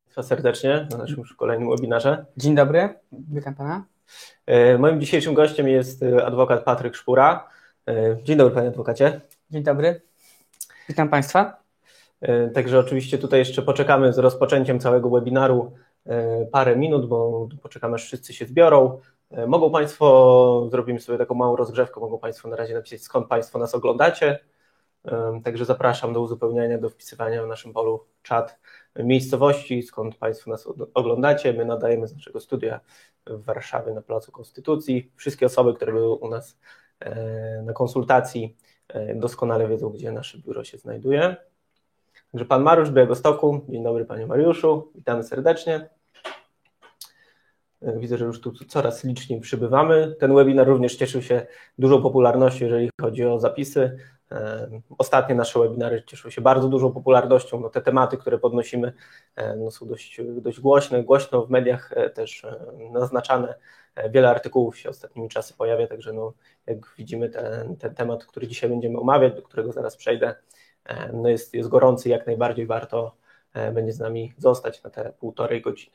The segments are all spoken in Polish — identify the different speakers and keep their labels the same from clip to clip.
Speaker 1: Serdecznie na naszym już kolejnym webinarze.
Speaker 2: Dzień dobry, witam Pana.
Speaker 1: Moim dzisiejszym gościem jest adwokat Patryk Szpura. Dzień dobry, panie adwokacie.
Speaker 2: Dzień dobry, witam Państwa.
Speaker 1: Także oczywiście tutaj jeszcze poczekamy z rozpoczęciem całego webinaru parę minut, bo poczekamy, aż wszyscy się zbiorą. Mogą Państwo, zrobimy sobie taką małą rozgrzewkę, mogą Państwo na razie napisać, skąd Państwo nas oglądacie. Także zapraszam do uzupełniania, do wpisywania w naszym polu czat miejscowości, skąd Państwo nas oglądacie. My nadajemy z naszego studia w Warszawie na Placu Konstytucji. Wszystkie osoby, które były u nas na konsultacji, doskonale wiedzą, gdzie nasze biuro się znajduje. Także pan Mariusz z Białegostoku. Dzień dobry, panie Mariuszu. Witamy serdecznie. Widzę, że już tu coraz liczniej przybywamy. Ten webinar również cieszył się dużą popularnością, jeżeli chodzi o zapisy. Ostatnie nasze webinary cieszyły się bardzo dużą popularnością. No, te tematy, które podnosimy, są dość głośno w mediach też naznaczane. Wiele artykułów się ostatnimi czasy pojawia, także jak widzimy ten temat, który dzisiaj będziemy omawiać, do którego zaraz przejdę, jest gorący, jak najbardziej warto będzie z nami zostać na te 1,5 godziny.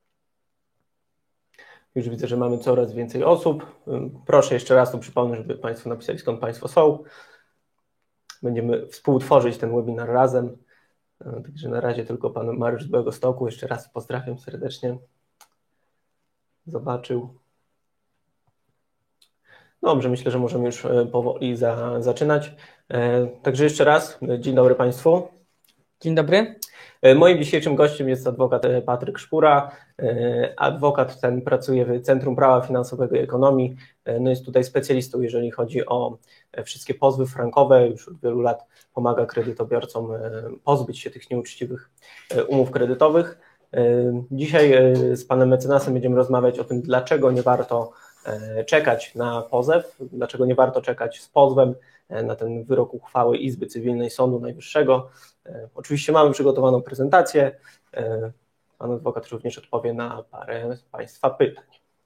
Speaker 1: Już widzę, że mamy coraz więcej osób. Proszę jeszcze raz tu przypomnę, żeby Państwo napisali, skąd Państwo są. Będziemy współtworzyć ten webinar razem. Także na razie tylko pan Mariusz z Białegostoku. Jeszcze raz pozdrawiam serdecznie. Zobaczył. Dobrze, myślę, że możemy już powoli zaczynać. Także jeszcze raz, dzień dobry Państwu.
Speaker 2: Dzień dobry.
Speaker 1: Moim dzisiejszym gościem jest adwokat Patryk Szpura. Adwokat ten pracuje w Centrum Prawa Finansowego i Ekonomii. Jest tutaj specjalistą, jeżeli chodzi o wszystkie pozwy frankowe. Już od wielu lat pomaga kredytobiorcom pozbyć się tych nieuczciwych umów kredytowych. Dzisiaj z panem mecenasem będziemy rozmawiać o tym, dlaczego nie warto czekać na pozew, dlaczego nie warto czekać z pozwem na ten wyrok uchwały Izby Cywilnej Sądu Najwyższego. Oczywiście mamy przygotowaną prezentację. Pan adwokat również odpowie na parę Państwa pytań.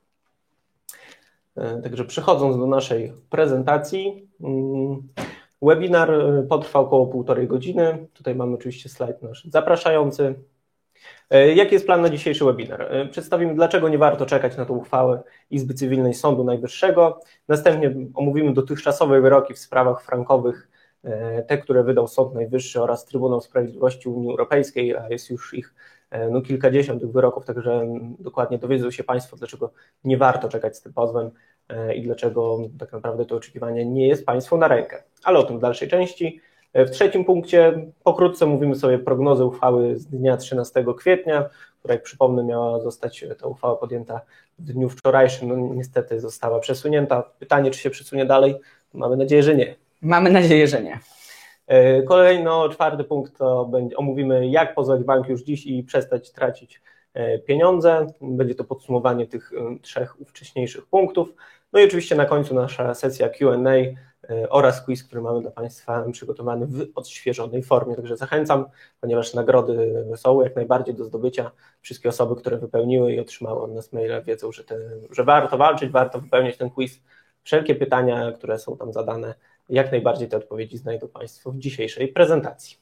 Speaker 1: Także przechodząc do naszej prezentacji, webinar potrwa około 1,5 godziny. Tutaj mamy oczywiście slajd nasz zapraszający. Jaki jest plan na dzisiejszy webinar? Przedstawimy, dlaczego nie warto czekać na tę uchwałę Izby Cywilnej Sądu Najwyższego. Następnie omówimy dotychczasowe wyroki w sprawach frankowych, te, które wydał Sąd Najwyższy oraz Trybunał Sprawiedliwości Unii Europejskiej, a jest już ich kilkadziesiąt tych wyroków, także dokładnie dowiedzą się Państwo, dlaczego nie warto czekać z tym pozwem i dlaczego tak naprawdę to oczekiwanie nie jest Państwu na rękę. Ale o tym w dalszej części. W trzecim punkcie pokrótce mówimy sobie prognozę uchwały z dnia 13 kwietnia, która, jak przypomnę, miała zostać ta uchwała podjęta w dniu wczorajszym. Niestety została przesunięta. Pytanie, czy się przesunie dalej? Mamy nadzieję, że nie.
Speaker 2: Mamy nadzieję, że nie.
Speaker 1: Kolejno 4. punkt to omówimy, jak pozwać bank już dziś i przestać tracić pieniądze. Będzie to podsumowanie tych 3 wcześniejszych punktów. No i oczywiście na końcu nasza sesja Q&A oraz quiz, który mamy dla Państwa przygotowany w odświeżonej formie. Także zachęcam, ponieważ nagrody są jak najbardziej do zdobycia. Wszystkie osoby, które wypełniły i otrzymały od nas maila, wiedzą, że warto walczyć, warto wypełniać ten quiz. Wszelkie pytania, które są tam zadane, jak najbardziej te odpowiedzi znajdą Państwo w dzisiejszej prezentacji.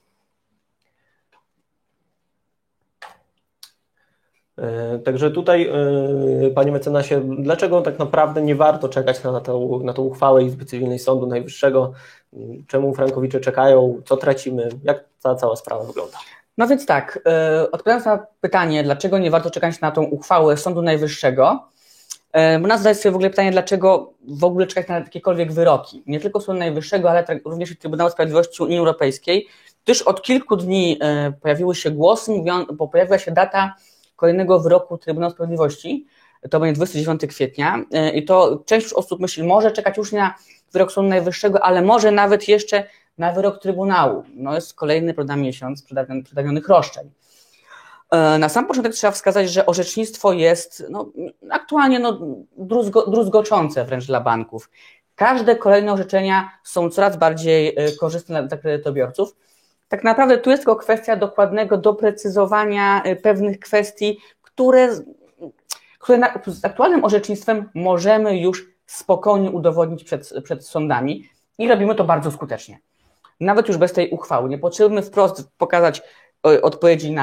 Speaker 1: Także tutaj, panie mecenasie, dlaczego tak naprawdę nie warto czekać na tę uchwałę Izby Cywilnej Sądu Najwyższego? Czemu frankowicze czekają? Co tracimy? Jak ta cała sprawa wygląda?
Speaker 2: No więc tak, odpowiadając na pytanie, dlaczego nie warto czekać na tą uchwałę Sądu Najwyższego, można zadać sobie w ogóle pytanie, dlaczego w ogóle czekać na jakiekolwiek wyroki. Nie tylko Sądu Najwyższego, ale również Trybunału Sprawiedliwości Unii Europejskiej, gdyż od kilku dni pojawiły się głosy, bo pojawiła się data kolejnego wyroku Trybunału Sprawiedliwości, to będzie 29 kwietnia i to część już osób myśli, może czekać już na wyrok Sądu Najwyższego, ale może nawet jeszcze na wyrok Trybunału. No jest kolejny, prawda, miesiąc przedawionych roszczeń. Na sam początek trzeba wskazać, że orzecznictwo jest aktualnie druzgoczące wręcz dla banków. Każde kolejne orzeczenia są coraz bardziej korzystne dla kredytobiorców. Tak naprawdę tu jest tylko kwestia dokładnego doprecyzowania pewnych kwestii, które z aktualnym orzecznictwem możemy już spokojnie udowodnić przed sądami i robimy to bardzo skutecznie. Nawet już bez tej uchwały. Nie potrzebujemy wprost pokazać odpowiedzi na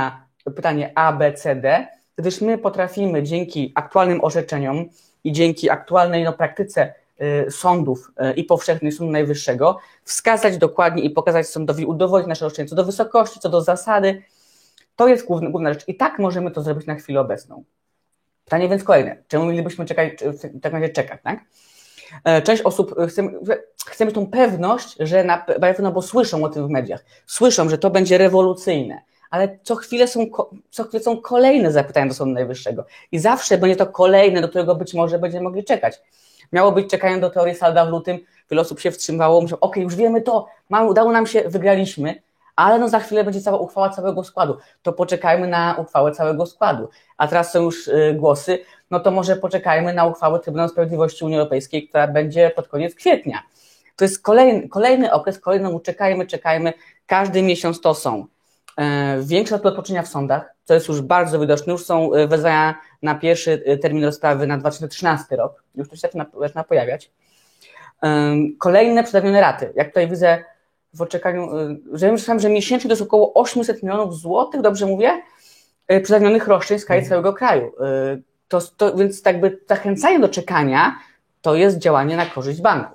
Speaker 2: pytanie A, B, C, D, gdyż my potrafimy dzięki aktualnym orzeczeniom i dzięki aktualnej praktyce sądów i powszechnych Sądu Najwyższego wskazać dokładnie i pokazać sądowi, udowodnić nasze roszczenie co do wysokości, co do zasady. To jest główna rzecz. I tak możemy to zrobić na chwilę obecną. Pytanie więc kolejne. Czemu mielibyśmy tak razie czekać, tak? Część osób chce mieć tą pewność, że bo słyszą o tym w mediach. Słyszą, że to będzie rewolucyjne. Ale co chwilę są kolejne zapytania do Sądu Najwyższego. I zawsze będzie to kolejne, do którego być może będziemy mogli czekać. Miało być czekanie do teorii salda w lutym. Wiele osób się wstrzymało. Myślą, okej, już wiemy to. Udało nam się, wygraliśmy. Ale za chwilę będzie cała uchwała całego składu. To poczekajmy na uchwałę całego składu. A teraz są już głosy, no to może poczekajmy na uchwałę Trybunału Sprawiedliwości Unii Europejskiej, która będzie pod koniec kwietnia. To jest kolejny okres, czekajmy. Każdy miesiąc to są większe odpłoczenia w sądach, co jest już bardzo widoczne. Już są wezwania na pierwszy termin rozprawy na 2013 rok. Już to się zaczyna pojawiać. Kolejne przedawnione raty. Jak tutaj widzę w oczekaniu, że myślałem, że miesięcznie to jest około 800 milionów złotych, dobrze mówię, przedawnionych roszczeń w skali całego kraju. Więc jakby zachęcanie do czekania to jest działanie na korzyść banku.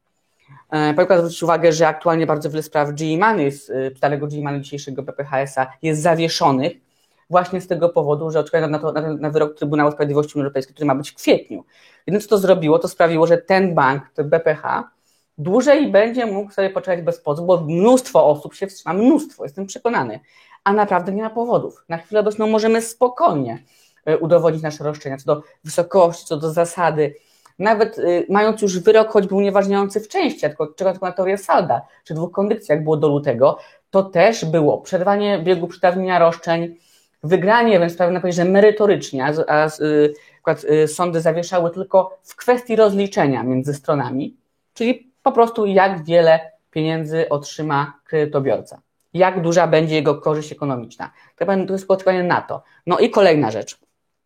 Speaker 2: Na przykład zwrócić uwagę, że aktualnie bardzo wiele spraw GE Money, starego GE Money dzisiejszego BPHS-a jest zawieszonych właśnie z tego powodu, że oczekują na wyrok Trybunału Sprawiedliwości Unii Europejskiej, który ma być w kwietniu. Jedyne co to zrobiło, to sprawiło, że ten bank, ten BPH, dłużej będzie mógł sobie poczekać bez pozwu, bo mnóstwo osób się wstrzyma, jestem przekonany, a naprawdę nie ma powodów. Na chwilę obecną możemy spokojnie udowodnić nasze roszczenia co do wysokości, co do zasady, nawet mając już wyrok, choćby unieważniający w części, tylko na teorię salda, czy 2 kondycji, jak było do lutego, to też było przerwanie biegu przedawnienia roszczeń, wygranie wręcz sprawy na powiedzieć, że merytorycznie, a sądy zawieszały tylko w kwestii rozliczenia między stronami, czyli po prostu jak wiele pieniędzy otrzyma kredytobiorca, jak duża będzie jego korzyść ekonomiczna. To jest oczekiwanie na to. No i kolejna rzecz.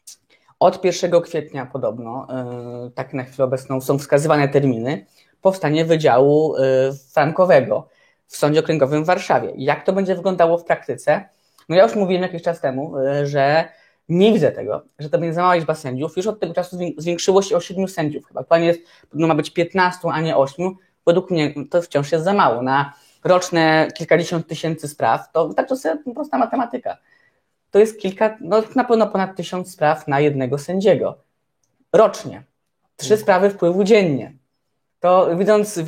Speaker 2: Od 1 kwietnia podobno, tak na chwilę obecną, są wskazywane terminy powstania Wydziału Frankowego w Sądzie Okręgowym w Warszawie. Jak to będzie wyglądało w praktyce? No ja już mówiłem jakiś czas temu, że nie widzę tego, że to będzie za mała liczba sędziów. Już od tego czasu zwiększyło się o 7 sędziów chyba. Aktualnie ma być 15, a nie 8. Według mnie to wciąż jest za mało. Na roczne kilkadziesiąt tysięcy spraw to tak to sobie prosta matematyka. To jest na pewno ponad 1000 spraw na jednego sędziego. Rocznie. 3 sprawy wpływu dziennie. To widząc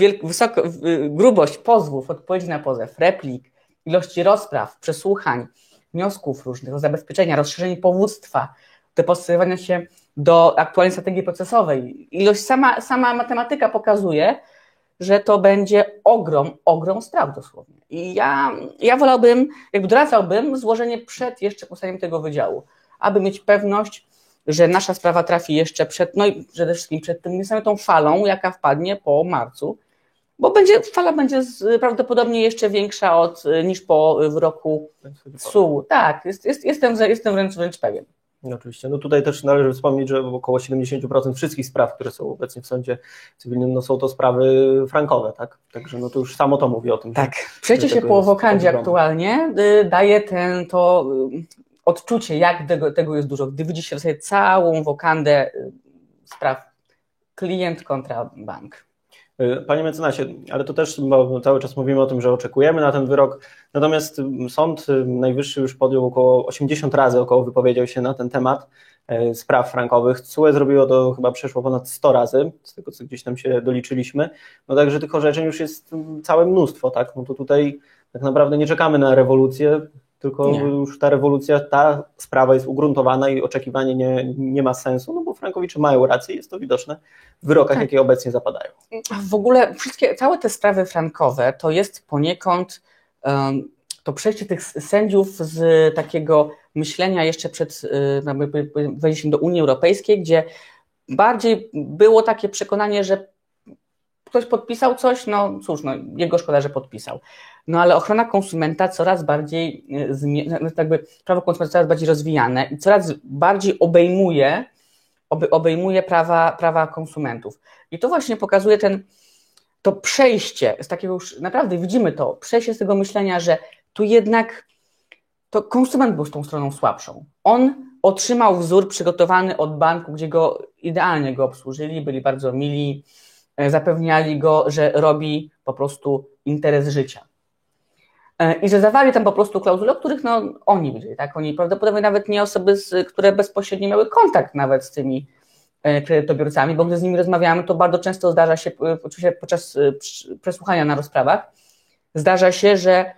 Speaker 2: grubość pozwów, odpowiedzi na pozew, replik, ilości rozpraw, przesłuchań, wniosków różnych o zabezpieczenia, rozszerzenie powództwa, dopasowywania się do aktualnej strategii procesowej. Sama matematyka pokazuje, że to będzie ogrom spraw dosłownie. I ja wolałbym, doradzałbym złożenie przed jeszcze powstaniem tego wydziału, aby mieć pewność, że nasza sprawa trafi jeszcze no i przede wszystkim przed tym niesamowitą falą, jaka wpadnie po marcu, bo fala będzie prawdopodobnie jeszcze większa niż po wyroku SUU. Tak, jestem wręcz pewien.
Speaker 1: No oczywiście. No tutaj też należy wspomnieć, że około 70% wszystkich spraw, które są obecnie w sądzie cywilnym, no są to sprawy frankowe, tak? Także no to już samo to mówi o tym.
Speaker 2: Tak. Przejście się po wokandzie aktualnie daje to odczucie, jak tego jest dużo. Gdy widzi się w zasadzie całą wokandę spraw klient kontra bank.
Speaker 1: Panie mecenasie, ale to też cały czas mówimy o tym, że oczekujemy na ten wyrok, natomiast Sąd Najwyższy już podjął około 80 razy wypowiedział się na ten temat spraw frankowych. TSUE zrobiło to chyba przeszło ponad 100 razy, z tego co gdzieś tam się doliczyliśmy, no także tych orzeczeń już jest całe mnóstwo, tak? No to tutaj tak naprawdę nie czekamy na rewolucję, tylko już ta sprawa jest ugruntowana i oczekiwanie nie ma sensu, no bo frankowicze mają rację, jest to widoczne w wyrokach, jakie obecnie zapadają.
Speaker 2: W ogóle całe te sprawy frankowe to jest poniekąd to przejście tych sędziów z takiego myślenia jeszcze przed wejściem do Unii Europejskiej, gdzie bardziej było takie przekonanie, że ktoś podpisał coś, no cóż, jego szkoda, że podpisał. No ale ochrona konsumenta coraz bardziej, prawo konsumenta coraz bardziej rozwijane i coraz bardziej obejmuje prawa konsumentów. I to właśnie pokazuje to przejście z takiego już, naprawdę widzimy przejście z tego myślenia, że tu jednak to konsument był z tą stroną słabszą. On otrzymał wzór przygotowany od banku, gdzie idealnie go obsłużyli, byli bardzo mili, zapewniali go, że robi po prostu interes życia. I że zawarli tam po prostu klauzule, o których oni wiedzieli, tak? Oni prawdopodobnie nawet nie osoby, które bezpośrednio miały kontakt nawet z tymi kredytobiorcami, bo gdy z nimi rozmawiamy, to bardzo często zdarza się, oczywiście podczas przesłuchania na rozprawach, zdarza się, że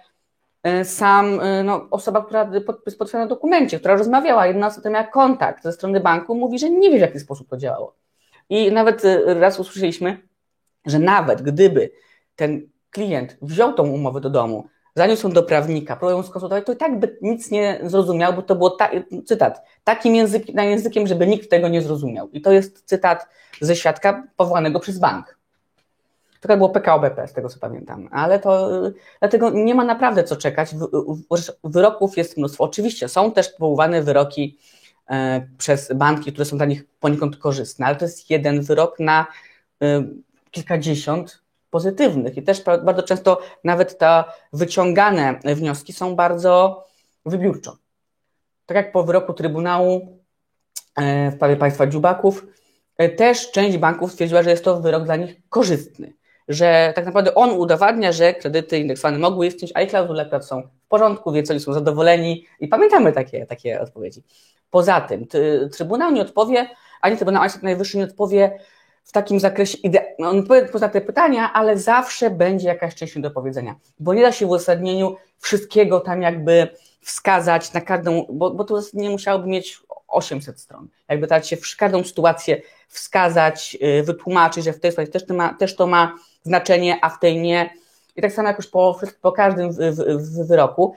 Speaker 2: osoba, która podpis potwierdza na dokumencie, która rozmawiała, jedna osoba, która miała kontakt ze strony banku, mówi, że nie wie, w jaki sposób to działało. I nawet raz usłyszeliśmy, że nawet gdyby ten klient wziął tą umowę do domu, zaniósł ją do prawnika, próbował ją skonsultować, to i tak by nic nie zrozumiał, bo to było, cytat, takim językiem, żeby nikt tego nie zrozumiał. I to jest cytat ze świadka powołanego przez bank. To było PKO BP, z tego co pamiętam, ale dlatego nie ma naprawdę co czekać. Wyroków jest mnóstwo. Oczywiście są też powoływane wyroki przez banki, które są dla nich poniekąd korzystne, ale to jest jeden wyrok na kilkadziesiąt pozytywnych i też bardzo często nawet te wyciągane wnioski są bardzo wybiórczo. Tak jak po wyroku Trybunału w sprawie państwa Dziubaków, też część banków stwierdziła, że jest to wyrok dla nich korzystny, że tak naprawdę on udowadnia, że kredyty indeksowane mogły istnieć, a ich klauzule akurat są w porządku, więc oni są zadowoleni i pamiętamy takie odpowiedzi. Poza tym Trybunał nie odpowie, ani Trybunał, ani Sąd Najwyższy nie odpowie w takim zakresie, on odpowie poza te pytania, ale zawsze będzie jakaś część do powiedzenia, bo nie da się w uzasadnieniu wszystkiego tam jakby wskazać na każdą, bo to nie musiałoby mieć 800 stron. Jakby dać się w każdą sytuację wskazać, wytłumaczyć, że w tej sytuacji też to ma znaczenie, a w tej nie. I tak samo jak już po każdym wyroku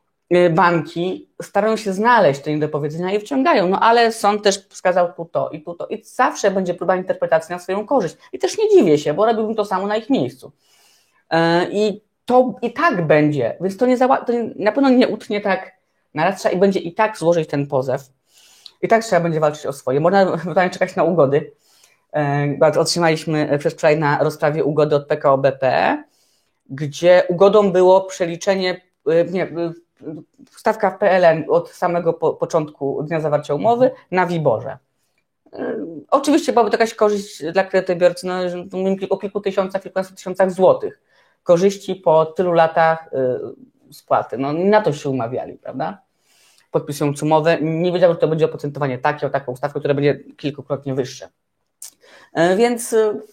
Speaker 2: banki starają się znaleźć te niedopowiedzenia i wciągają, ale sąd też wskazał tu to i tu to. I zawsze będzie próba interpretacji na swoją korzyść. I też nie dziwię się, bo robiłbym to samo na ich miejscu. I to i tak będzie, więc to na pewno nie utnie tak na raz trzeba i będzie i tak złożyć ten pozew. I tak trzeba będzie walczyć o swoje. Można czekać na ugody. Otrzymaliśmy wczoraj na rozprawie ugody od PKO BP, gdzie ugodą było przeliczenie, stawka w PLN od samego początku dnia zawarcia umowy na WIBOR-ze. Oczywiście byłaby to jakaś korzyść dla kredytobiorcy, o kilkunastu tysiącach złotych. Korzyści po tylu latach spłaty. Na to się umawiali, prawda? Podpisując umowę, nie wiedział, że to będzie oprocentowanie takie, o taką stawkę, która będzie kilkukrotnie wyższe. Więc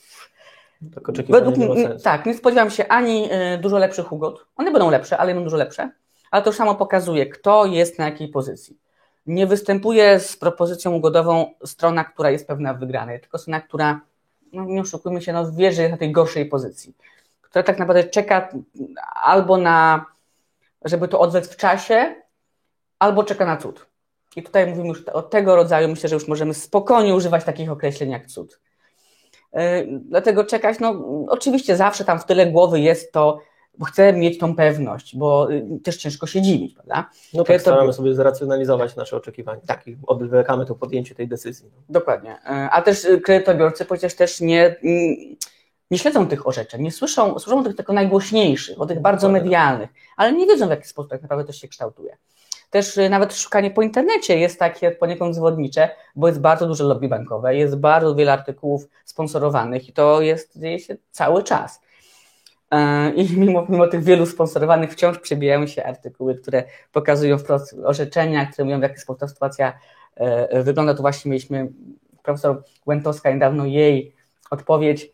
Speaker 2: według mnie, tak, nie spodziewam się ani dużo lepszych ugod. One będą lepsze, ale będą dużo lepsze. Ale to samo pokazuje, kto jest na jakiej pozycji. Nie występuje z propozycją ugodową strona, która jest pewna w wygranej, tylko strona, która, nie oszukujmy się, wie, że jest na tej gorszej pozycji. Która tak naprawdę czeka albo na, żeby to odwlec w czasie, albo czeka na cud. I tutaj mówimy już o tego rodzaju, myślę, że już możemy spokojnie używać takich określeń jak cud. Dlatego czekać, oczywiście zawsze tam w tyle głowy jest to, bo chcę mieć tą pewność, bo też ciężko się dziwić, prawda?
Speaker 1: Tak staramy sobie zracjonalizować nasze oczekiwania. Tak. I odwlekamy to podjęcie tej decyzji.
Speaker 2: Dokładnie. A też kredytobiorcy przecież też nie śledzą tych orzeczeń, nie słyszą tych tylko najgłośniejszych, o tych bardzo medialnych, ale nie wiedzą, w jaki sposób tak naprawdę to się kształtuje. Też nawet szukanie po internecie jest takie poniekąd zwodnicze, bo jest bardzo duże lobby bankowe, jest bardzo wiele artykułów sponsorowanych i to dzieje się cały czas. I mimo tych wielu sponsorowanych wciąż przebijają się artykuły, które pokazują wprost orzeczenia, które mówią, w jaki sposób ta sytuacja wygląda. Tu właśnie mieliśmy profesor Łętowska niedawno jej odpowiedź.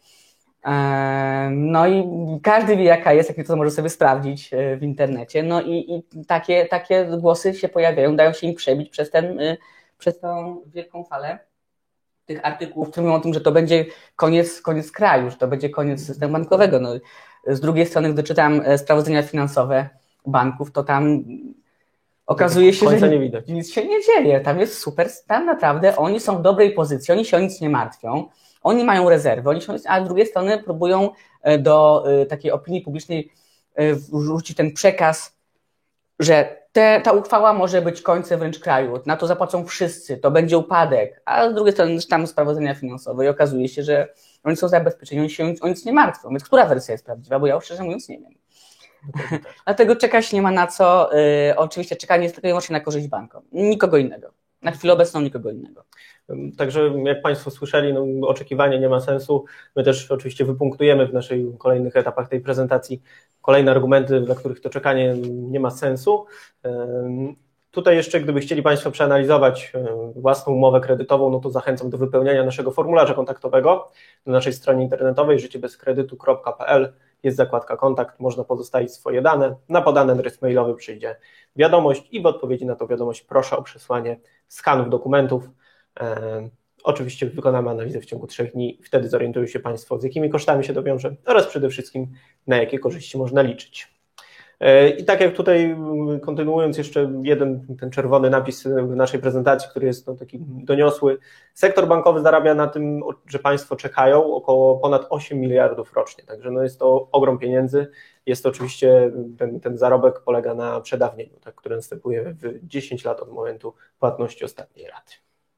Speaker 2: I każdy wie, jaka jest, jak to może sobie sprawdzić w internecie. I takie głosy się pojawiają, dają się im przebić przez tą wielką falę tych artykułów, które mówią o tym, że to będzie koniec kraju, że to będzie koniec systemu bankowego. Z drugiej strony, gdy czytam sprawozdania finansowe banków, to tam okazuje się, że nic się nie dzieje. Tam jest super, tam naprawdę oni są w dobrej pozycji, oni się o nic nie martwią. Oni mają rezerwy, a z drugiej strony próbują do takiej opinii publicznej wrzucić ten przekaz, że ta uchwała może być końcem wręcz kraju, na to zapłacą wszyscy, to będzie upadek, a z drugiej strony czytamy sprawozdania finansowe i okazuje się, że oni są zabezpieczeni, oni się o nic nie martwią. Więc która wersja jest prawdziwa? Bo ja już szczerze mówiąc nie wiem. Dlatego czekać nie ma na co. Oczywiście czekanie jest tylko i wyłącznie na korzyść bankom. Nikogo innego. Na chwilę obecną nikogo innego.
Speaker 1: Także jak Państwo słyszeli, no, oczekiwanie nie ma sensu. My też oczywiście wypunktujemy w naszych kolejnych etapach tej prezentacji kolejne argumenty, dla których to czekanie nie ma sensu. Tutaj jeszcze, gdyby chcieli Państwo przeanalizować własną umowę kredytową, no to zachęcam do wypełniania naszego formularza kontaktowego na naszej stronie internetowej życiebezkredytu.pl. Jest zakładka kontakt, można pozostawić swoje dane. Na podany adres mailowy przyjdzie wiadomość i w odpowiedzi na tą wiadomość proszę o przesłanie skanów dokumentów. Oczywiście wykonamy analizę w ciągu 3 dni, wtedy zorientują się Państwo, z jakimi kosztami się to wiąże oraz przede wszystkim na jakie korzyści można liczyć. I tak jak tutaj, kontynuując jeszcze ten czerwony napis w naszej prezentacji, który jest no, taki doniosły, sektor bankowy zarabia na tym, że Państwo czekają, około ponad 8 miliardów rocznie, także no jest to ogrom pieniędzy. Jest to oczywiście, ten zarobek polega na przedawnieniu, tak, które następuje w 10 lat od momentu płatności ostatniej raty.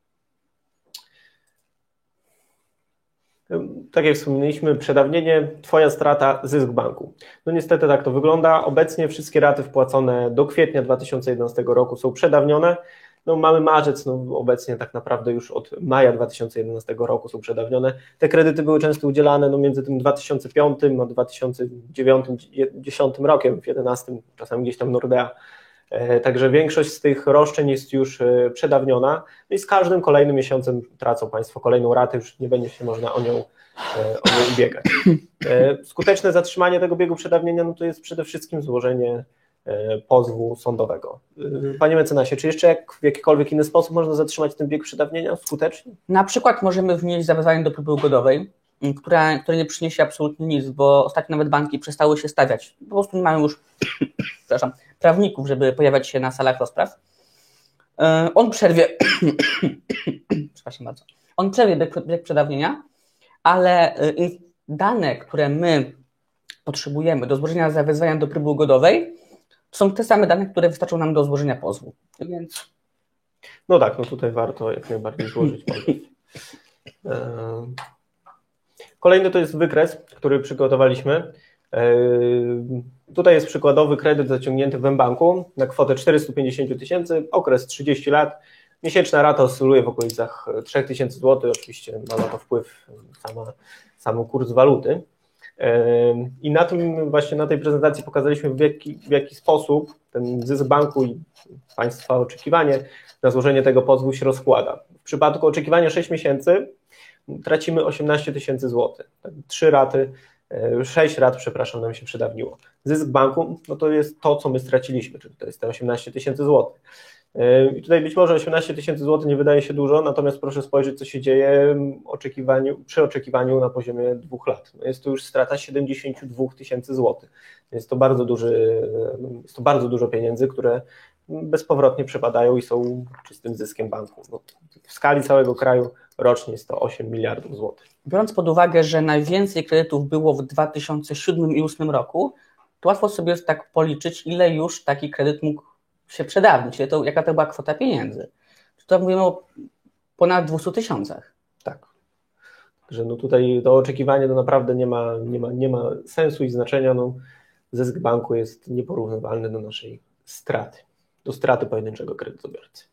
Speaker 1: Tak jak wspomnieliśmy, przedawnienie, Twoja strata, zysk banku. No niestety tak to wygląda. Obecnie wszystkie raty wpłacone do kwietnia 2011 roku są przedawnione. No mamy marzec, no obecnie tak naprawdę już od maja 2011 roku są przedawnione. Te kredyty były często udzielane no między tym 2005 a 2009-2010 rokiem, w 2011 czasami gdzieś tam Nordea. Także większość z tych roszczeń jest już przedawniona no i z każdym kolejnym miesiącem tracą Państwo kolejną ratę, już nie będzie się można o nią ubiegać. Skuteczne zatrzymanie tego biegu przedawnienia no to jest przede wszystkim złożenie pozwu sądowego. Panie mecenasie, czy jeszcze w jakikolwiek inny sposób można zatrzymać ten bieg przedawnienia skutecznie?
Speaker 2: Na przykład możemy wnieść zawezwanie do próby ugodowej, które nie przyniesie absolutnie nic, bo ostatnio nawet banki przestały się stawiać. Po prostu nie mają już prawników, żeby pojawiać się na salach rozpraw. On przerwie przepraszam bardzo. On przerwie bieg przedawnienia, ale dane, które my potrzebujemy do złożenia zawezwania do próby ugodowej, są te same dane, które wystarczą nam do złożenia pozwu. Więc...
Speaker 1: No tak, no tutaj warto jak najbardziej złożyć pozw. Kolejny to jest wykres, który przygotowaliśmy. Tutaj jest przykładowy kredyt zaciągnięty w mBanku na kwotę 450 000, okres 30 lat, miesięczna rata oscyluje w okolicach 3000 zł, oczywiście ma na to wpływ sam kurs waluty. I na tym właśnie na tej prezentacji pokazaliśmy w jaki sposób ten zysk banku i Państwa oczekiwanie na złożenie tego pozwu się rozkłada. W przypadku oczekiwania 6 miesięcy tracimy 18 000 zł. 6 rat, przepraszam, nam się przedawniło. Zysk banku, no to jest to, co my straciliśmy, czyli to jest te 18 000 zł. I tutaj być może 18 000 zł nie wydaje się dużo, natomiast proszę spojrzeć, co się dzieje przy oczekiwaniu na poziomie 2 lat. No jest to już strata 72 000 zł. Jest to bardzo dużo pieniędzy, które bezpowrotnie przepadają i są czystym zyskiem banku. No, w skali całego kraju rocznie jest to 8 miliardów złotych.
Speaker 2: Biorąc pod uwagę, że najwięcej kredytów było w 2007 i 2008 roku, to łatwo sobie jest tak policzyć, ile już taki kredyt mógł się przedawnić, jaka to była kwota pieniędzy. To mówimy o ponad 200 000.
Speaker 1: Tak. Także no tutaj to oczekiwanie to naprawdę nie ma sensu i znaczenia. No, zysk banku jest nieporównywalny do naszej straty, do straty pojedynczego kredytobiorcy.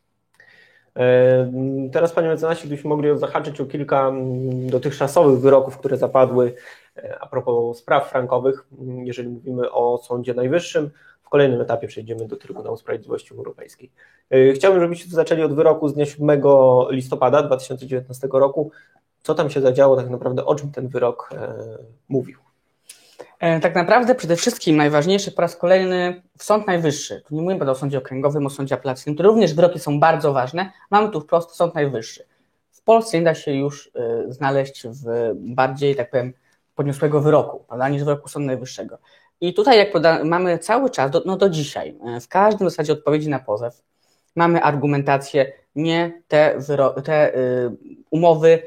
Speaker 1: Teraz, panie mecenasie, gdybyśmy mogli zahaczyć o kilka dotychczasowych wyroków, które zapadły a propos spraw frankowych, jeżeli mówimy o Sądzie Najwyższym. W kolejnym etapie przejdziemy do Trybunału Sprawiedliwości Unii Europejskiej. Chciałbym, żebyście zaczęli od wyroku z dnia 7 listopada 2019 roku. Co tam się zadziało, tak naprawdę o czym ten wyrok mówił?
Speaker 2: Tak naprawdę przede wszystkim najważniejszy po raz kolejny Sąd Najwyższy. Tu nie mówimy o sądzie okręgowym, o sądzie apelacyjnym, to również wyroki są bardzo ważne. Mamy tu wprost Sąd Najwyższy. W Polsce nie da się już znaleźć w bardziej, tak powiem, podniosłego wyroku, prawda, niż wyroku Sądu Najwyższego. I tutaj jak mamy cały czas, do dzisiaj, w każdym zasadzie odpowiedzi na pozew, mamy argumentację, nie, te umowy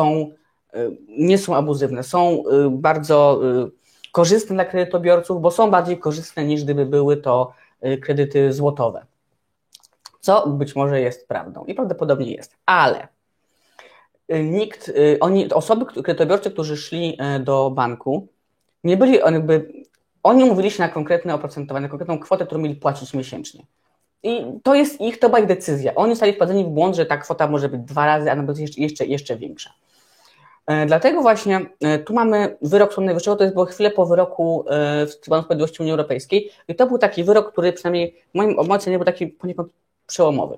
Speaker 2: nie są abuzywne, są bardzo korzystne dla kredytobiorców, bo są bardziej korzystne niż gdyby były to kredyty złotowe. Co być może jest prawdą i prawdopodobnie jest, ale kredytobiorcy, którzy szli do banku, nie byli oni umówili się na konkretne oprocentowanie, konkretną kwotę, którą mieli płacić miesięcznie. I to była ich decyzja. Oni zostali wprowadzeni w błąd, że ta kwota może być 2 razy, a nawet jeszcze większa. Dlatego właśnie tu mamy wyrok Sądu Najwyższego, to było chwilę po wyroku w Trybunału Sprawiedliwości Unii Europejskiej i to był taki wyrok, który przynajmniej w moim ocenie był taki poniekąd przełomowy.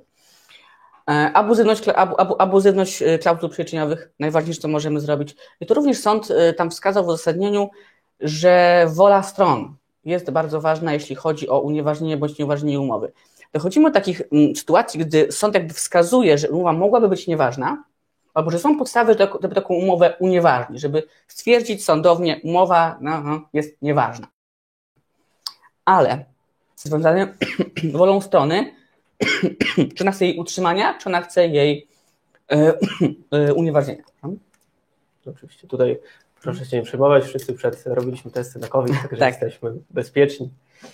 Speaker 2: Abuzywność klauzul przyczyniowych, najważniejsze co możemy zrobić. I to również sąd tam wskazał w uzasadnieniu, że wola stron jest bardzo ważna, jeśli chodzi o unieważnienie bądź nieuważnienie umowy. Dochodzimy do takich sytuacji, gdy sąd jakby wskazuje, że umowa mogłaby być nieważna, albo że są podstawy, żeby taką umowę unieważnić, żeby stwierdzić sądownie, umowa jest nieważna. Ale związane wolą strony, czy ona chce jej utrzymania, czy ona chce jej unieważnienia.
Speaker 1: Oczywiście tutaj proszę się nie przejmować, wszyscy robiliśmy testy na COVID, także
Speaker 2: tak.
Speaker 1: Jesteśmy bezpieczni.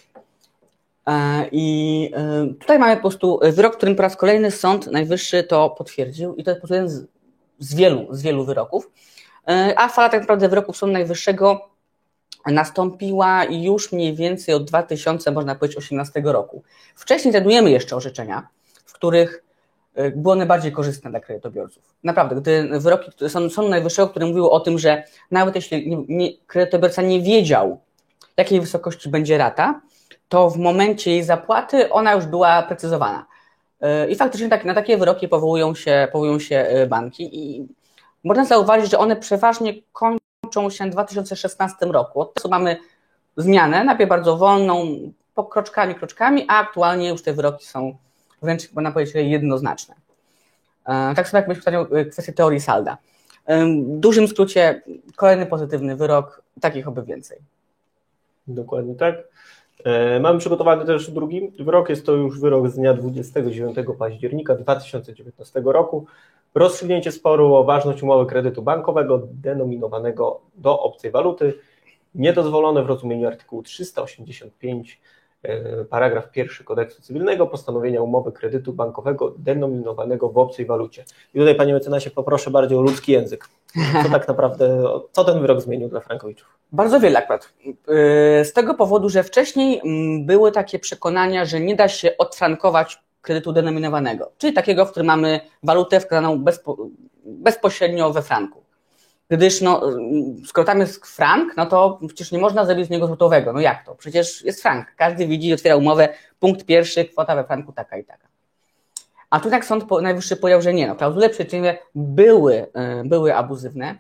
Speaker 2: I tutaj mamy po prostu wyrok, w którym po raz kolejny Sąd Najwyższy to potwierdził i to jest po prostu jeden z wielu wyroków. A fala tak naprawdę wyroków Sądu Najwyższego nastąpiła już mniej więcej od 2018 roku. Wcześniej znajdujemy jeszcze orzeczenia, w których były one bardziej korzystne dla kredytobiorców. Naprawdę, gdy wyroki Sądu Najwyższego, które mówiły o tym, że nawet jeśli kredytobiorca nie wiedział, jakiej wysokości będzie rata, to w momencie jej zapłaty ona już była precyzowana. I faktycznie na takie wyroki powołują się banki i można zauważyć, że one przeważnie kończą się w 2016 roku. Od czasu mamy zmianę, najpierw bardzo wolną, kroczkami, a aktualnie już te wyroki są wręcz, można powiedzieć, jednoznaczne. Tak samo jak myślę kwestię teorii salda. W dużym skrócie kolejny pozytywny wyrok, takich oby więcej.
Speaker 1: Dokładnie tak. Mamy przygotowany też drugi wyrok, jest to już wyrok z dnia 29 października 2019 roku. Rozstrzygnięcie sporu o ważność umowy kredytu bankowego denominowanego do obcej waluty, niedozwolone w rozumieniu artykułu 385, paragraf 1 Kodeksu Cywilnego, postanowienia umowy kredytu bankowego denominowanego w obcej walucie. I tutaj, panie mecenasie, poproszę bardziej o ludzki język. Co tak naprawdę, co ten wyrok zmienił dla frankowiczów?
Speaker 2: Bardzo wiele akurat. Z tego powodu, że wcześniej były takie przekonania, że nie da się odfrankować kredytu denominowanego, czyli takiego, w którym mamy walutę wskazaną bezpośrednio we franku. Gdyż skoro tam jest frank, no to przecież nie można zrobić z niego złotowego. No jak to? Przecież jest frank. Każdy widzi, otwiera umowę, punkt pierwszy, kwota we franku taka i taka. A tu tak Sąd Najwyższy powiedział, że nie. Klauzule przyczyniowe były abuzywne.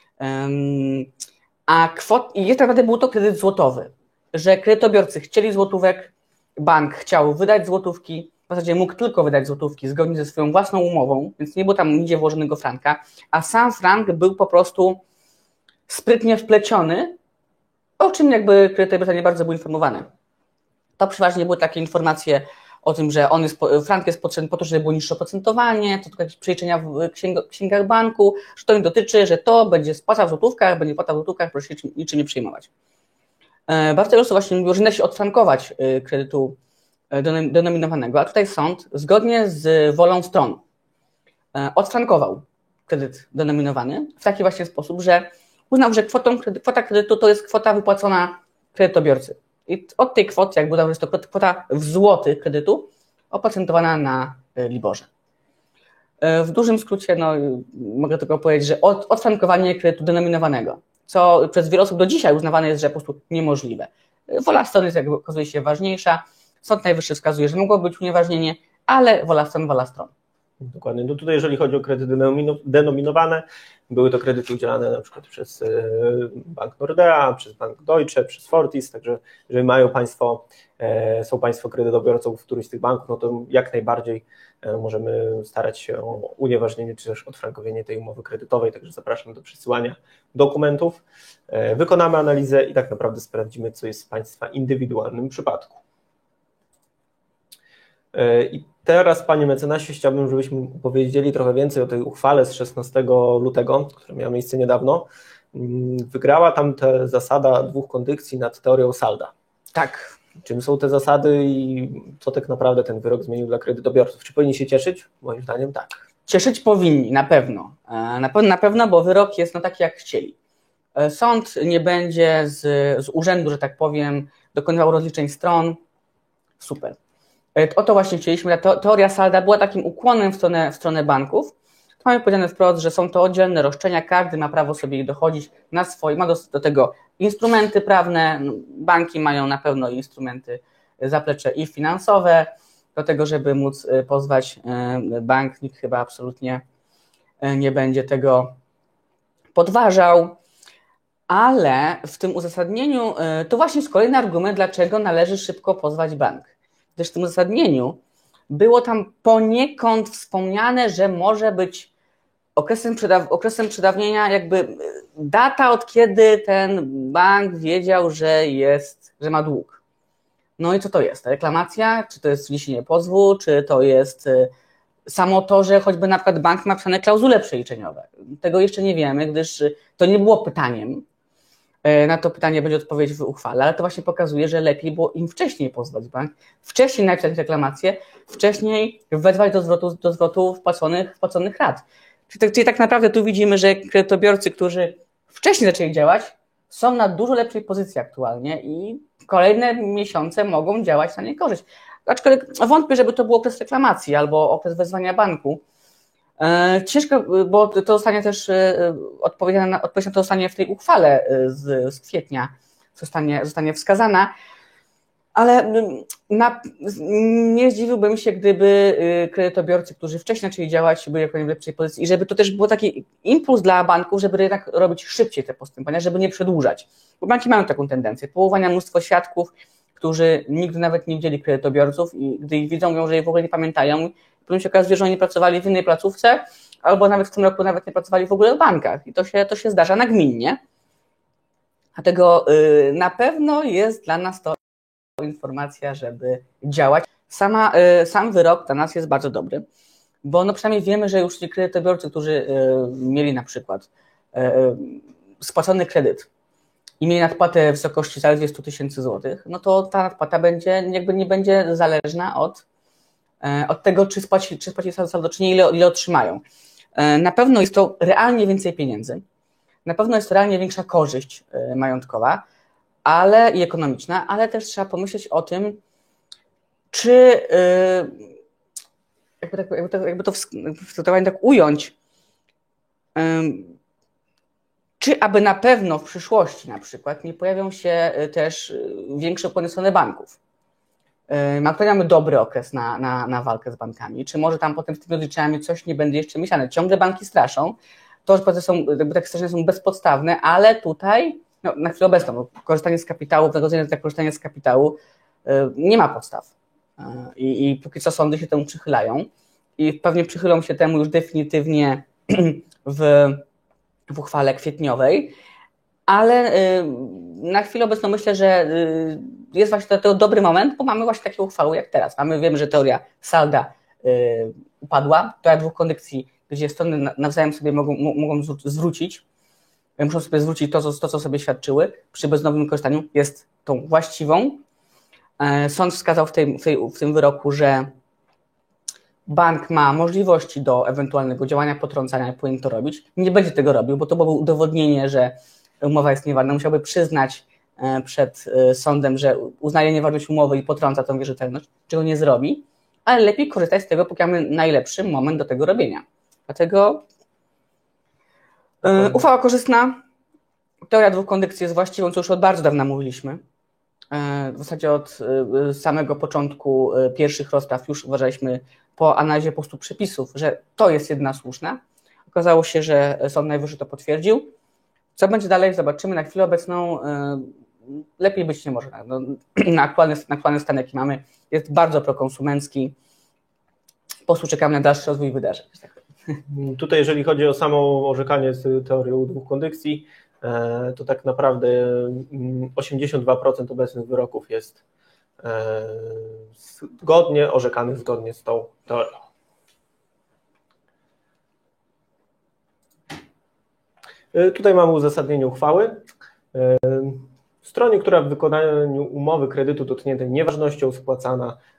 Speaker 2: I tak naprawdę był to kredyt złotowy, że kredytobiorcy chcieli złotówek, bank chciał wydać złotówki, w zasadzie mógł tylko wydać złotówki zgodnie ze swoją własną umową, więc nie było tam nigdzie włożonego franka, a sam frank był po prostu sprytnie wpleciony, o czym jakby kredytobiorca nie bardzo był informowany. To przeważnie były takie informacje o tym, że frank jest potrzebny po to, żeby było niższe oprocentowanie, to tylko jakieś przeliczenia w księgach banku, że to nie dotyczy, że to będzie spłata w złotówkach, będzie płata w złotówkach, proszę się niczym nie przejmować. Bardzo często właśnie mówiło, że nie da się odfrankować kredytu denominowanego, a tutaj sąd, zgodnie z wolą stron, odfrankował kredyt denominowany w taki właśnie sposób, że uznał, że kwota kredytu to jest kwota wypłacona kredytobiorcy. I od tej kwoty, jak uznał, że jest to kwota w złotych kredytu, oprocentowana na Liborze. W dużym skrócie mogę tylko powiedzieć, że odfrankowanie kredytu denominowanego, co przez wiele osób do dzisiaj uznawane jest, że po prostu niemożliwe. Wola stron jest, jak okazuje się, ważniejsza. Sąd Najwyższy wskazuje, że mogło być unieważnienie, ale wola stron.
Speaker 1: Dokładnie. No tutaj jeżeli chodzi o kredyty denominowane, były to kredyty udzielane na przykład przez Bank Nordea, przez Bank Deutsche, przez Fortis, także jeżeli są Państwo kredytobiorcą w którymś z tych banków, no to jak najbardziej możemy starać się o unieważnienie czy też odfrankowienie tej umowy kredytowej, także zapraszam do przesyłania dokumentów. Wykonamy analizę i tak naprawdę sprawdzimy, co jest w Państwa indywidualnym przypadku. I teraz, panie mecenasie, chciałbym, żebyśmy powiedzieli trochę więcej o tej uchwale z 16 lutego, która miała miejsce niedawno. Wygrała tam ta zasada 2 kondycji nad teorią salda.
Speaker 2: Tak.
Speaker 1: Czym są te zasady i co tak naprawdę ten wyrok zmienił dla kredytobiorców? Czy powinni się cieszyć? Moim zdaniem tak.
Speaker 2: Cieszyć powinni, na pewno. Na pewno, bo wyrok jest taki, jak chcieli. Sąd nie będzie z urzędu, że tak powiem, dokonywał rozliczeń stron. Super. O to właśnie chcieliśmy. Ta teoria salda była takim ukłonem w stronę banków. To mamy powiedziane wprost, że są to oddzielne roszczenia, każdy ma prawo sobie ich dochodzić na swoje, ma do tego instrumenty prawne, banki mają na pewno instrumenty, zaplecze i finansowe, do tego, żeby móc pozwać bank, nikt chyba absolutnie nie będzie tego podważał, ale w tym uzasadnieniu to właśnie jest kolejny argument, dlaczego należy szybko pozwać bank. Gdyż w tym uzasadnieniu było tam poniekąd wspomniane, że może być okresem przedawnienia jakby data, od kiedy ten bank wiedział, że ma dług. No i co to jest? Reklamacja? Czy to jest wniesienie pozwu? Czy to jest samo to, że choćby na przykład bank ma pisane klauzule przeliczeniowe? Tego jeszcze nie wiemy, gdyż to nie było pytaniem. Na to pytanie będzie odpowiedź w uchwale, ale to właśnie pokazuje, że lepiej było im wcześniej pozwać bank, wcześniej napisać reklamację, wcześniej wezwać do zwrotu wpłaconych rat. Czyli tak naprawdę tu widzimy, że kredytobiorcy, którzy wcześniej zaczęli działać, są na dużo lepszej pozycji aktualnie i kolejne miesiące mogą działać na niekorzyść. Aczkolwiek wątpię, żeby to był okres reklamacji albo okres wezwania banku. Ciężko, bo to zostanie też odpowiedź na to zostanie w tej uchwale z kwietnia, zostanie wskazana, ale nie zdziwiłbym się, gdyby kredytobiorcy, którzy wcześniej zaczęli działać, byli w lepszej pozycji i żeby to też był taki impuls dla banków, żeby jednak robić szybciej te postępowania, żeby nie przedłużać. Bo banki mają taką tendencję powoływania mnóstwo świadków, którzy nigdy nawet nie widzieli kredytobiorców i gdy ich widzą, mówią, że ich w ogóle nie pamiętają. Potem się okazuje, że oni pracowali w innej placówce, albo nawet w tym roku nawet nie pracowali w ogóle w bankach. I to się zdarza nagminnie. Dlatego na pewno jest dla nas to informacja, żeby działać. Sam wyrok dla nas jest bardzo dobry, bo no przynajmniej wiemy, że już ci kredytobiorcy, którzy mieli na przykład spłacony kredyt i mieli nadpłatę w wysokości zaledwie 100 000 złotych, no to ta nadpłata nie będzie zależna od tego, czy spłaci saldo, czy nie, ile otrzymają. Na pewno jest to realnie więcej pieniędzy, na pewno jest to realnie większa korzyść majątkowa i ekonomiczna, ale też trzeba pomyśleć o tym, czy jakby to tak ująć, czy aby na pewno w przyszłości na przykład nie pojawią się też większe opłaty w stronę banków. Mamy dobry okres na walkę z bankami, czy może tam potem z tymi rozliczeniami coś nie będzie jeszcze myślane. Ciągle banki straszą, to takie straszenia są bezpodstawne, ale tutaj na chwilę obecną korzystanie z kapitału, wynagrodzenie za korzystanie z kapitału nie ma podstaw i póki co sądy się temu przychylają i pewnie przychylą się temu już definitywnie w uchwale kwietniowej, ale na chwilę obecną myślę, że jest właśnie to dobry moment, bo mamy właśnie takie uchwały jak teraz. Wiemy, że teoria salda upadła, teoria dwóch kondycji, gdzie strony nawzajem sobie mogą zwrócić, muszą sobie zwrócić to, co sobie świadczyły, przy beznowym wykorzystaniu jest tą właściwą. Sąd wskazał w tym wyroku, że bank ma możliwości do ewentualnego działania potrącania, powinien to robić. Nie będzie tego robił, bo to byłoby udowodnienie, że umowa jest nieważna. Musiałby przyznać przed sądem, że uznaje nieważność umowy i potrąca tą wierzytelność, czego nie zrobi, ale lepiej korzystać z tego, póki mamy najlepszy moment do tego robienia. Dlatego uchwała korzystna, teoria dwóch kondycji jest właściwą, co już od bardzo dawna mówiliśmy. W zasadzie od samego początku pierwszych rozpraw już uważaliśmy po analizie po prostu przepisów, że to jest jedyna słuszna. Okazało się, że Sąd Najwyższy to potwierdził. Co będzie dalej, zobaczymy. Na chwilę obecną lepiej być nie może. Na aktualny stan, jaki mamy, jest bardzo prokonsumencki. Po prostu czekamy na dalszy rozwój wydarzeń.
Speaker 1: Tutaj, jeżeli chodzi o samo orzekanie z teorią dwóch kondycji, to tak naprawdę 82% obecnych wyroków jest orzekanych zgodnie z tą teorią. Tutaj mamy uzasadnienie uchwały. Stronie, która w wykonaniu umowy kredytu dotkniętej nieważnością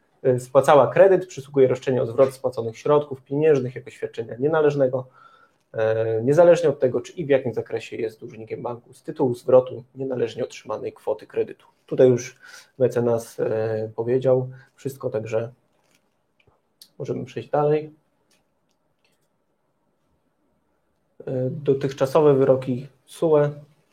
Speaker 1: spłacała kredyt, przysługuje roszczenie o zwrot spłaconych środków pieniężnych jako świadczenia nienależnego. niezależnie od tego, czy i w jakim zakresie jest dłużnikiem banku, z tytułu zwrotu nienależnie otrzymanej kwoty kredytu. Tutaj już mecenas powiedział wszystko, także możemy przejść dalej. Dotychczasowe wyroki TSUE.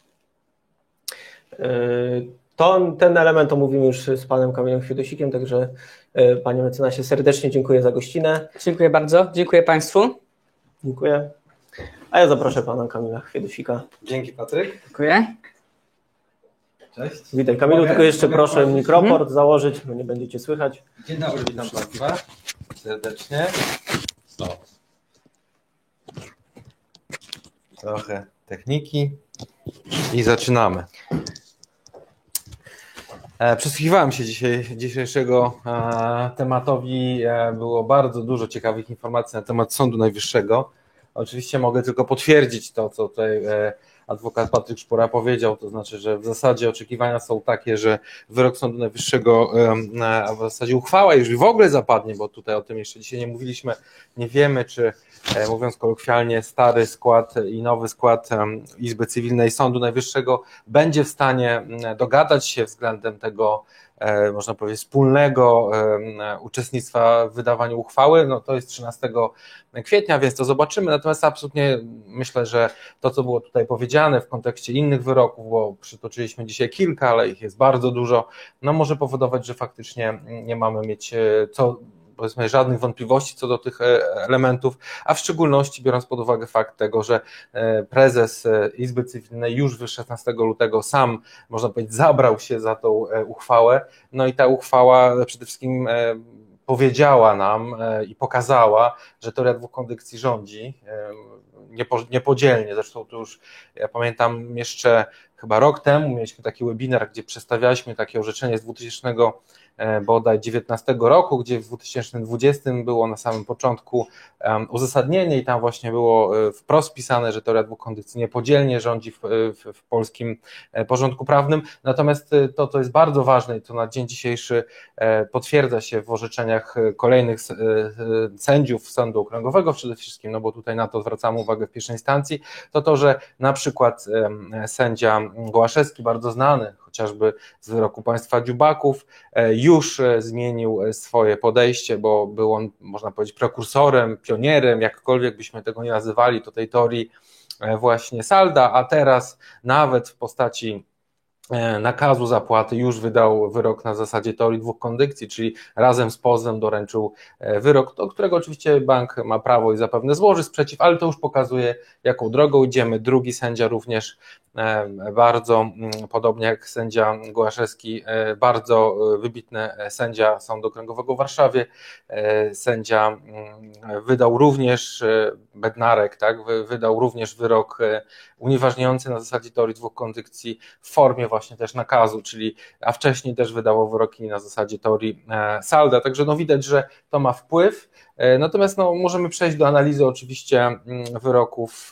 Speaker 1: Ten element omówimy już z panem Kamilem Chwiedosikiem, także panie mecenasie serdecznie dziękuję za gościnę.
Speaker 2: Dziękuję bardzo, dziękuję Państwu.
Speaker 1: Dziękuję. A ja zaproszę pana Kamila Chwiedosika.
Speaker 3: Dzięki Patryk.
Speaker 2: Dziękuję.
Speaker 3: Cześć.
Speaker 1: Witaj Kamilu, tylko jeszcze proszę mikroport założyć, bo nie będziecie słychać.
Speaker 3: Dzień dobry, witam Państwa serdecznie. Trochę techniki i zaczynamy. Przysłuchiwałem się dzisiejszego tematowi. Było bardzo dużo ciekawych informacji na temat Sądu Najwyższego. Oczywiście mogę tylko potwierdzić to, co tutaj adwokat Patryk Szpora powiedział, to znaczy, że w zasadzie oczekiwania są takie, że wyrok Sądu Najwyższego, a w zasadzie uchwała, jeżeli w ogóle zapadnie, bo tutaj o tym jeszcze dzisiaj nie mówiliśmy, nie wiemy, czy mówiąc kolokwialnie, stary skład i nowy skład Izby Cywilnej Sądu Najwyższego będzie w stanie dogadać się względem tego, można powiedzieć, wspólnego uczestnictwa w wydawaniu uchwały. No to jest 13 kwietnia, więc to zobaczymy. Natomiast absolutnie myślę, że to, co było tutaj powiedziane w kontekście innych wyroków, bo przytoczyliśmy dzisiaj kilka, ale ich jest bardzo dużo, no może powodować, że faktycznie nie mamy mieć powiedzmy żadnych wątpliwości co do tych elementów, a w szczególności biorąc pod uwagę fakt tego, że prezes Izby Cywilnej już 16 lutego sam, można powiedzieć, zabrał się za tą uchwałę, no i ta uchwała przede wszystkim powiedziała nam i pokazała, że teoria dwóch kondycji rządzi niepodzielnie. Zresztą to już, ja pamiętam jeszcze chyba rok temu mieliśmy taki webinar, gdzie przedstawialiśmy takie orzeczenie z 2019 roku, gdzie w 2020 było na samym początku uzasadnienie i tam właśnie było wprost pisane, że teoria dwóch kondycji niepodzielnie rządzi w polskim porządku prawnym. Natomiast to jest bardzo ważne i to na dzień dzisiejszy potwierdza się w orzeczeniach kolejnych sędziów Sądu Okręgowego przede wszystkim, no bo tutaj na to zwracamy uwagę w pierwszej instancji, to, że na przykład sędzia Gołaszewski, bardzo znany chociażby z wyroku państwa Dziubaków, już zmienił swoje podejście, bo był on, można powiedzieć, prekursorem, pionierem, jakkolwiek byśmy tego nie nazywali, do tej teorii właśnie Salda, a teraz nawet w postaci nakazu zapłaty już wydał wyrok na zasadzie teorii dwóch kondycji, czyli razem z pozwem doręczył wyrok, do którego oczywiście bank ma prawo i zapewne złoży sprzeciw, ale to już pokazuje, jaką drogą idziemy. Drugi sędzia również bardzo, podobnie jak sędzia Gołaszewski, bardzo wybitny sędzia Sądu Okręgowego w Warszawie, sędzia wydał również, Bednarek, tak, wydał również wyrok unieważniający na zasadzie teorii dwóch kondycji w formie właśnie też nakazu, czyli, a wcześniej też wydawał wyroki na zasadzie teorii Salda, także no widać, że to ma wpływ. Natomiast no, możemy przejść do analizy oczywiście wyroków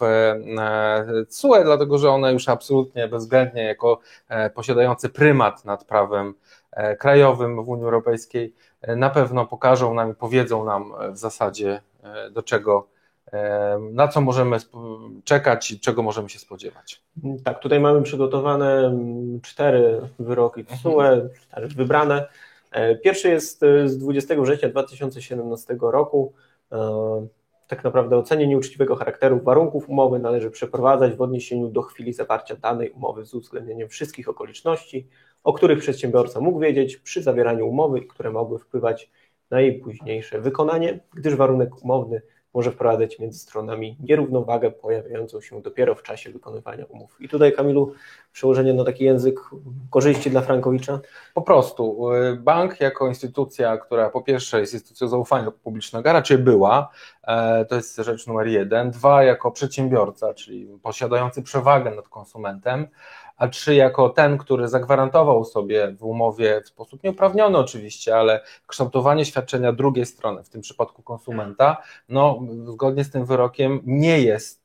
Speaker 3: TSUE, dlatego że one już absolutnie bezwzględnie jako posiadające prymat nad prawem krajowym w Unii Europejskiej na pewno pokażą nam i powiedzą nam w zasadzie do czego, na co możemy czekać i czego możemy się spodziewać.
Speaker 1: Tak, tutaj mamy przygotowane 4 wyroki TSUE, wybrane. Pierwszy jest z 20 września 2017 roku. Tak naprawdę ocenie nieuczciwego charakteru warunków umowy należy przeprowadzać w odniesieniu do chwili zawarcia danej umowy z uwzględnieniem wszystkich okoliczności, o których przedsiębiorca mógł wiedzieć przy zawieraniu umowy i które mogły wpływać na jej późniejsze wykonanie, gdyż warunek umowny może wprowadzać między stronami nierównowagę pojawiającą się dopiero w czasie wykonywania umów. I tutaj, Kamilu, przełożenie na taki język korzyści dla Frankowicza?
Speaker 3: Po prostu bank jako instytucja, która po pierwsze jest instytucją zaufania publicznego, a raczej była, to jest rzecz numer 1, 2 jako przedsiębiorca, czyli posiadający przewagę nad konsumentem, A3 jako ten, który zagwarantował sobie w umowie w sposób nieuprawniony oczywiście, ale kształtowanie świadczenia drugiej strony, w tym przypadku konsumenta, no zgodnie z tym wyrokiem nie jest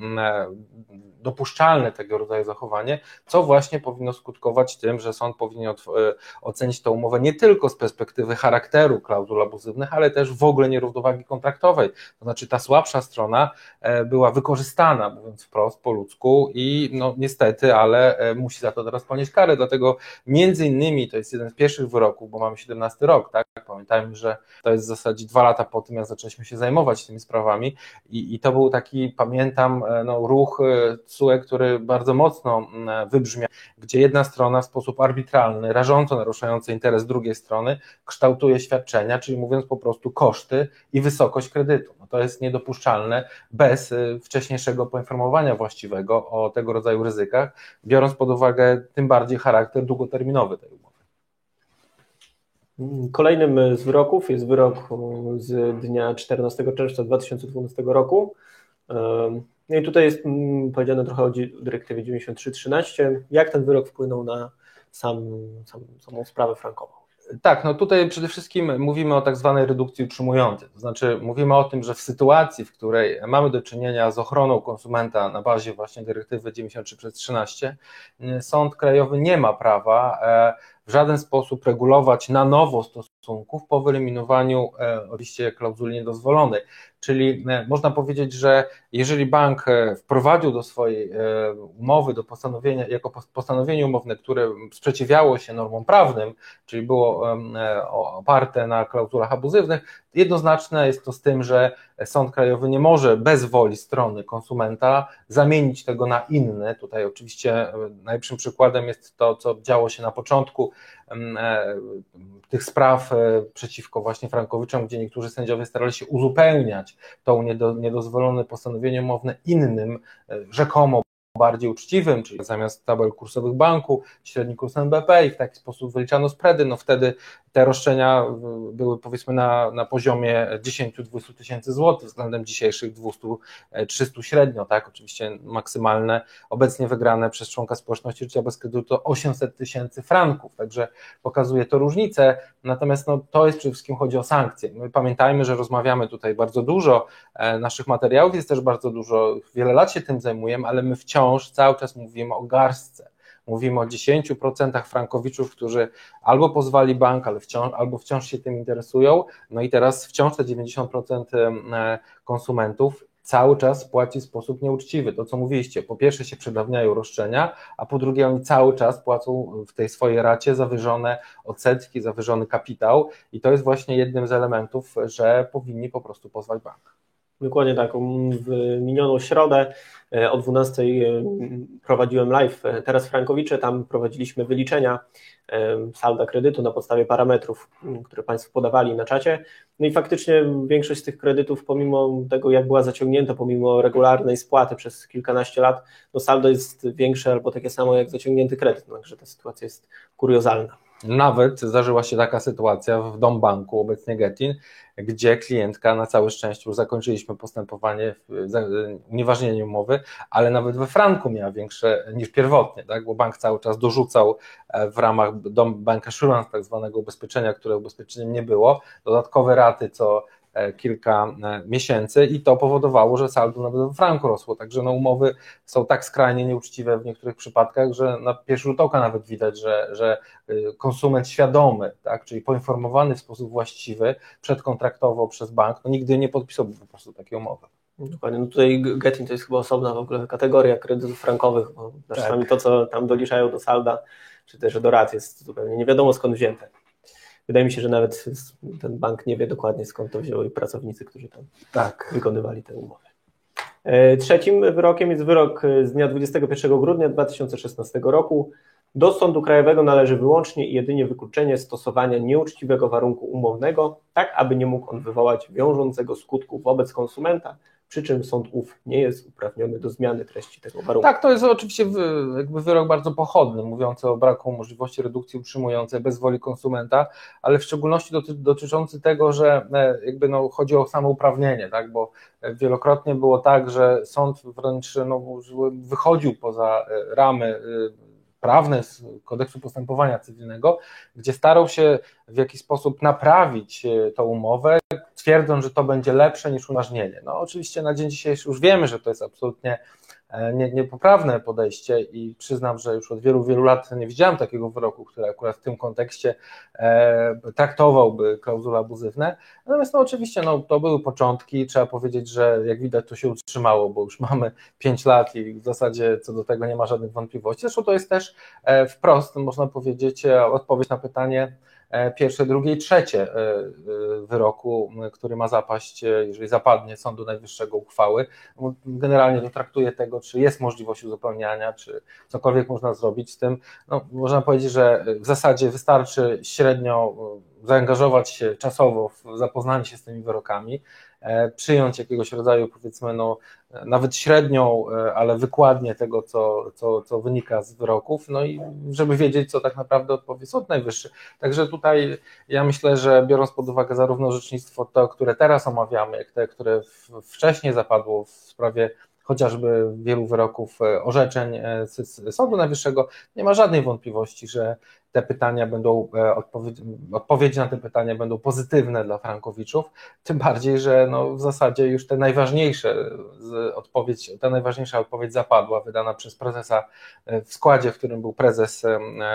Speaker 3: dopuszczalne tego rodzaju zachowanie, co właśnie powinno skutkować tym, że sąd powinien ocenić tę umowę nie tylko z perspektywy charakteru klauzul abuzywnych, ale też w ogóle nierównowagi kontraktowej. To znaczy ta słabsza strona była wykorzystana, mówiąc wprost, po ludzku i no niestety, ale musi za to teraz ponieść karę, dlatego między innymi to jest jeden z pierwszych wyroków, bo mamy 17 rok, tak? Pamiętajmy, że to jest w zasadzie 2 lata po tym, jak zaczęliśmy się zajmować tymi sprawami i to był taki, pamiętam, no, ruch TSUE, który bardzo mocno wybrzmiał, gdzie jedna strona w sposób arbitralny, rażąco naruszający interes drugiej strony kształtuje świadczenia, czyli mówiąc po prostu koszty i wysokość kredytu. No to jest niedopuszczalne bez wcześniejszego poinformowania właściwego o tego rodzaju ryzykach, biorąc pod uwagę tym bardziej charakter długoterminowy tej umowy.
Speaker 1: Kolejnym z wyroków jest wyrok z dnia 14 czerwca 2012 roku. No i tutaj jest powiedziane trochę o dyrektywie 93/13. Jak ten wyrok wpłynął na samą sprawę frankową?
Speaker 3: Tak, no tutaj przede wszystkim mówimy o tak zwanej redukcji utrzymującej, to znaczy mówimy o tym, że w sytuacji, w której mamy do czynienia z ochroną konsumenta na bazie właśnie dyrektywy 93/13, Sąd Krajowy nie ma prawa w żaden sposób regulować na nowo stosunków po wyeliminowaniu oczywiście klauzuli niedozwolonej. Czyli można powiedzieć, że jeżeli bank wprowadził do swojej umowy, do postanowienia, jako postanowienie umowne, które sprzeciwiało się normom prawnym, czyli było oparte na klauzulach abuzywnych, jednoznaczne jest to z tym, że Sąd Krajowy nie może bez woli strony konsumenta zamienić tego na inny. Tutaj oczywiście najlepszym przykładem jest to, co działo się na początku tych spraw przeciwko właśnie frankowiczom, gdzie niektórzy sędziowie starali się uzupełniać to niedozwolone postanowienie umowne innym, rzekomo bardziej uczciwym, czyli zamiast tabel kursowych banku, średni kurs NBP i w taki sposób wyliczano spready, no wtedy te roszczenia były powiedzmy na poziomie 10-20 tysięcy złotych względem dzisiejszych 200-300 średnio, tak, oczywiście maksymalne, obecnie wygrane przez członka społeczności życia bez kredytu to 800 tysięcy franków, także pokazuje to różnicę, natomiast no, to jest przede wszystkim chodzi o sankcje. My pamiętajmy, że rozmawiamy tutaj bardzo dużo, naszych materiałów jest też bardzo dużo, wiele lat się tym zajmujemy, ale my wciąż cały czas mówimy o garstce. Mówimy o 10% frankowiczów, którzy albo pozwali bank, albo wciąż się tym interesują, no i teraz wciąż te 90% konsumentów cały czas płaci w sposób nieuczciwy. To, co mówiliście, po pierwsze się przedawniają roszczenia, a po drugie oni cały czas płacą w tej swojej racie zawyżone odsetki, zawyżony kapitał i to jest właśnie jednym z elementów, że powinni po prostu pozwać bank.
Speaker 1: Dokładnie tak. W minioną środę o 12 prowadziłem live Teraz Frankowicze, tam prowadziliśmy wyliczenia salda kredytu na podstawie parametrów, które Państwo podawali na czacie. No i faktycznie większość z tych kredytów, pomimo tego, jak była zaciągnięta, pomimo regularnej spłaty przez kilkanaście lat, no saldo jest większe albo takie samo jak zaciągnięty kredyt, także ta sytuacja jest kuriozalna.
Speaker 3: Nawet zdarzyła się taka sytuacja w Dombanku, obecnie Getin, gdzie klientka, na całe szczęście już zakończyliśmy postępowanie unieważnienie umowy, ale nawet we franku miała większe niż pierwotnie, tak? Bo bank cały czas dorzucał w ramach bank assurance, tak zwanego ubezpieczenia, które ubezpieczeniem nie było, dodatkowe raty co kilka miesięcy i to powodowało, że saldo nawet we franku rosło, także no, umowy są tak skrajnie nieuczciwe w niektórych przypadkach, że na pierwszy rzut oka nawet widać, że konsument świadomy, tak, czyli poinformowany w sposób właściwy, przedkontraktowo przez bank, no nigdy nie podpisałby po prostu takiej umowy.
Speaker 1: Dokładnie, no tutaj Getin to jest chyba osobna w ogóle kategoria kredytów frankowych, bo czasami to, co tam doliczają do salda, czy też do rat jest zupełnie nie wiadomo skąd wzięte. Wydaje mi się, że nawet ten bank nie wie dokładnie skąd to wzięli pracownicy, którzy tam wykonywali tę umowę. Trzecim wyrokiem jest wyrok z dnia 21 grudnia 2016 roku. Do Sądu Krajowego należy wyłącznie i jedynie wykluczenie stosowania nieuczciwego warunku umownego, tak aby nie mógł on wywołać wiążącego skutku wobec konsumenta, przy czym sąd ów nie jest uprawniony do zmiany treści tego warunku.
Speaker 3: Tak, to jest oczywiście jakby wyrok bardzo pochodny, mówiący o braku możliwości redukcji utrzymującej bez woli konsumenta, ale w szczególności dotyczący tego, że jakby no, chodzi o samouprawnienie, tak, bo wielokrotnie było tak, że sąd wręcz no, wychodził poza ramy prawne z kodeksu postępowania cywilnego, gdzie starał się w jakiś sposób naprawić tą umowę, twierdząc, że to będzie lepsze niż unieważnienie. No oczywiście na dzień dzisiejszy już wiemy, że to jest absolutnie niepoprawne podejście i przyznam, że już od wielu, wielu lat nie widziałem takiego wyroku, który akurat w tym kontekście traktowałby klauzule abuzywne. Natomiast no oczywiście to były początki, trzeba powiedzieć, że jak widać to się utrzymało, bo już mamy 5 lat i w zasadzie co do tego nie ma żadnych wątpliwości. Zresztą to jest też wprost, można powiedzieć, odpowiedź na pytanie pierwsze, drugie i trzecie wyroku, który ma zapaść, jeżeli zapadnie Sądu Najwyższego uchwały. Generalnie to traktuje tego, czy jest możliwość uzupełniania, czy cokolwiek można zrobić z tym. No, można powiedzieć, że w zasadzie wystarczy średnio zaangażować się czasowo w zapoznanie się z tymi wyrokami, przyjąć jakiegoś rodzaju, powiedzmy, nawet średnią, ale wykładnię tego, co wynika z wyroków, no i żeby wiedzieć, co tak naprawdę odpowie Sąd Najwyższy. Także tutaj ja myślę, że biorąc pod uwagę zarówno orzecznictwo to, które teraz omawiamy, jak te, które wcześniej zapadło w sprawie chociażby wielu wyroków, orzeczeń z Sądu Najwyższego, nie ma żadnej wątpliwości, że te pytania będą, odpowiedzi na te pytania będą pozytywne dla frankowiczów, tym bardziej, że w zasadzie już ta najważniejsza odpowiedź zapadła, wydana przez prezesa w składzie, w którym był prezes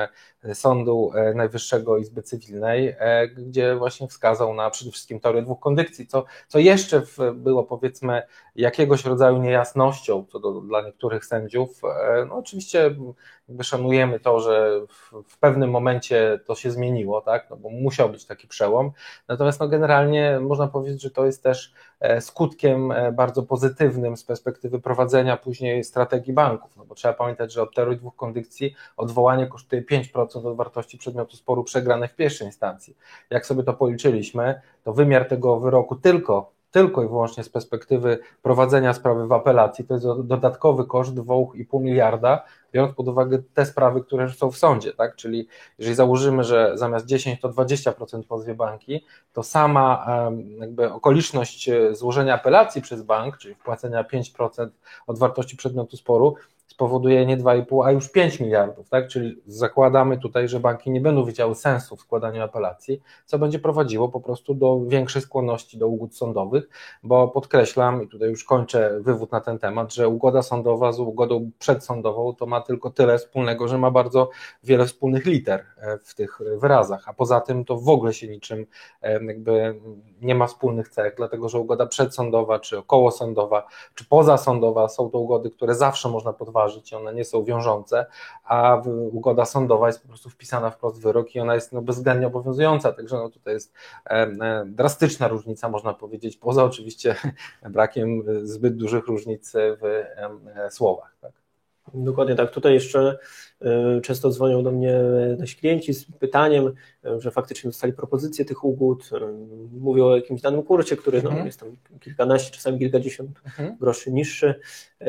Speaker 3: Sądu Najwyższego Izby Cywilnej, gdzie właśnie wskazał na przede wszystkim teorię dwóch kondycji, co jeszcze było, powiedzmy, jakiegoś rodzaju niejasnością dla niektórych sędziów. No oczywiście jakby szanujemy to, że w pewnym momencie to się zmieniło, tak? Bo musiał być taki przełom, natomiast generalnie można powiedzieć, że to jest też skutkiem bardzo pozytywnym z perspektywy prowadzenia później strategii banków, bo trzeba pamiętać, że od teorii dwóch kondycji odwołanie kosztuje 5% od wartości przedmiotu sporu przegranej w pierwszej instancji. Jak sobie to policzyliśmy, to wymiar tego wyroku tylko i wyłącznie z perspektywy prowadzenia sprawy w apelacji, to jest dodatkowy koszt 2,5 miliarda, biorąc pod uwagę te sprawy, które już są w sądzie, tak? Czyli jeżeli założymy, że zamiast 10 to 20% pozwie banki, to sama jakby okoliczność złożenia apelacji przez bank, czyli wpłacenia 5% od wartości przedmiotu sporu, spowoduje nie 2,5, a już 5 miliardów, tak? Czyli zakładamy tutaj, że banki nie będą widziały sensu w składaniu apelacji, co będzie prowadziło po prostu do większej skłonności do ugód sądowych, bo podkreślam, i tutaj już kończę wywód na ten temat, że ugoda sądowa z ugodą przedsądową to ma tylko tyle wspólnego, że ma bardzo wiele wspólnych liter w tych wyrazach, a poza tym to w ogóle się niczym jakby nie ma wspólnych cech, dlatego że ugoda przedsądowa, czy okołosądowa, czy pozasądowa są to ugody, które zawsze można podważyć, i one nie są wiążące, a ugoda sądowa jest po prostu wpisana wprost w wyrok i ona jest bezwzględnie obowiązująca, także tutaj jest drastyczna różnica, można powiedzieć, poza oczywiście brakiem zbyt dużych różnic w słowach. Tak?
Speaker 1: Dokładnie tak. Tutaj jeszcze często dzwonią do mnie nasi klienci z pytaniem, że faktycznie dostali propozycję tych ugód, mówią o jakimś danym kursie, który jest tam kilkanaście, czasami kilkadziesiąt groszy niższy.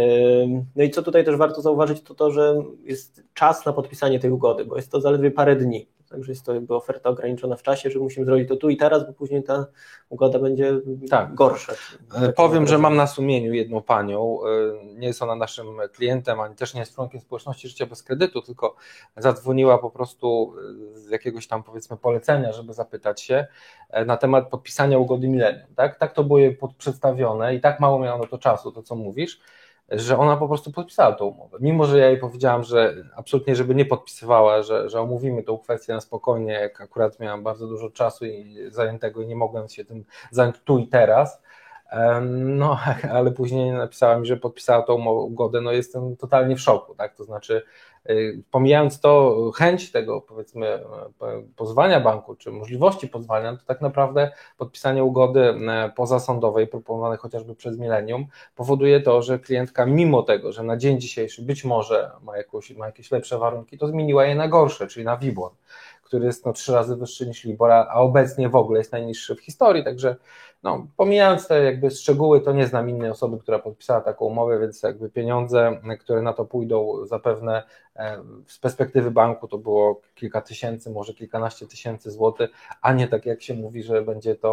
Speaker 1: No i co tutaj też warto zauważyć, to że jest czas na podpisanie tej ugody, bo jest to zaledwie parę dni. Także jest to jakby oferta ograniczona w czasie, że musimy zrobić to tu i teraz, bo później ta ugoda będzie gorsza.
Speaker 3: Powiem, że mam na sumieniu jedną panią, nie jest ona naszym klientem, ani też nie jest członkiem społeczności Życia bez kredytu, tylko zadzwoniła po prostu z jakiegoś tam, powiedzmy, polecenia, żeby zapytać się na temat podpisania ugody Millennium. Tak to było jej przedstawione i tak mało miało na to czasu, to co mówisz, że ona po prostu podpisała tą umowę. Mimo że ja jej powiedziałam, że absolutnie, żeby nie podpisywała, że omówimy tą kwestię na spokojnie, jak akurat miałam bardzo dużo czasu i zajętego i nie mogłem się tym zająć tu i teraz, ale później napisała mi, że podpisała tą ugodę, jestem totalnie w szoku, tak, to znaczy pomijając to chęć tego, powiedzmy, pozwania banku, czy możliwości pozwania, to tak naprawdę podpisanie ugody pozasądowej proponowanej chociażby przez Millennium powoduje to, że klientka mimo tego, że na dzień dzisiejszy być może ma jakieś lepsze warunki, to zmieniła je na gorsze, czyli na WIBOR, który jest 3 razy wyższy niż LIBOR, a obecnie w ogóle jest najniższy w historii, także pomijając te jakby szczegóły, to nie znam innej osoby, która podpisała taką umowę, więc jakby pieniądze, które na to pójdą, zapewne z perspektywy banku to było kilka tysięcy, może kilkanaście tysięcy złotych, a nie tak jak się mówi, że będzie to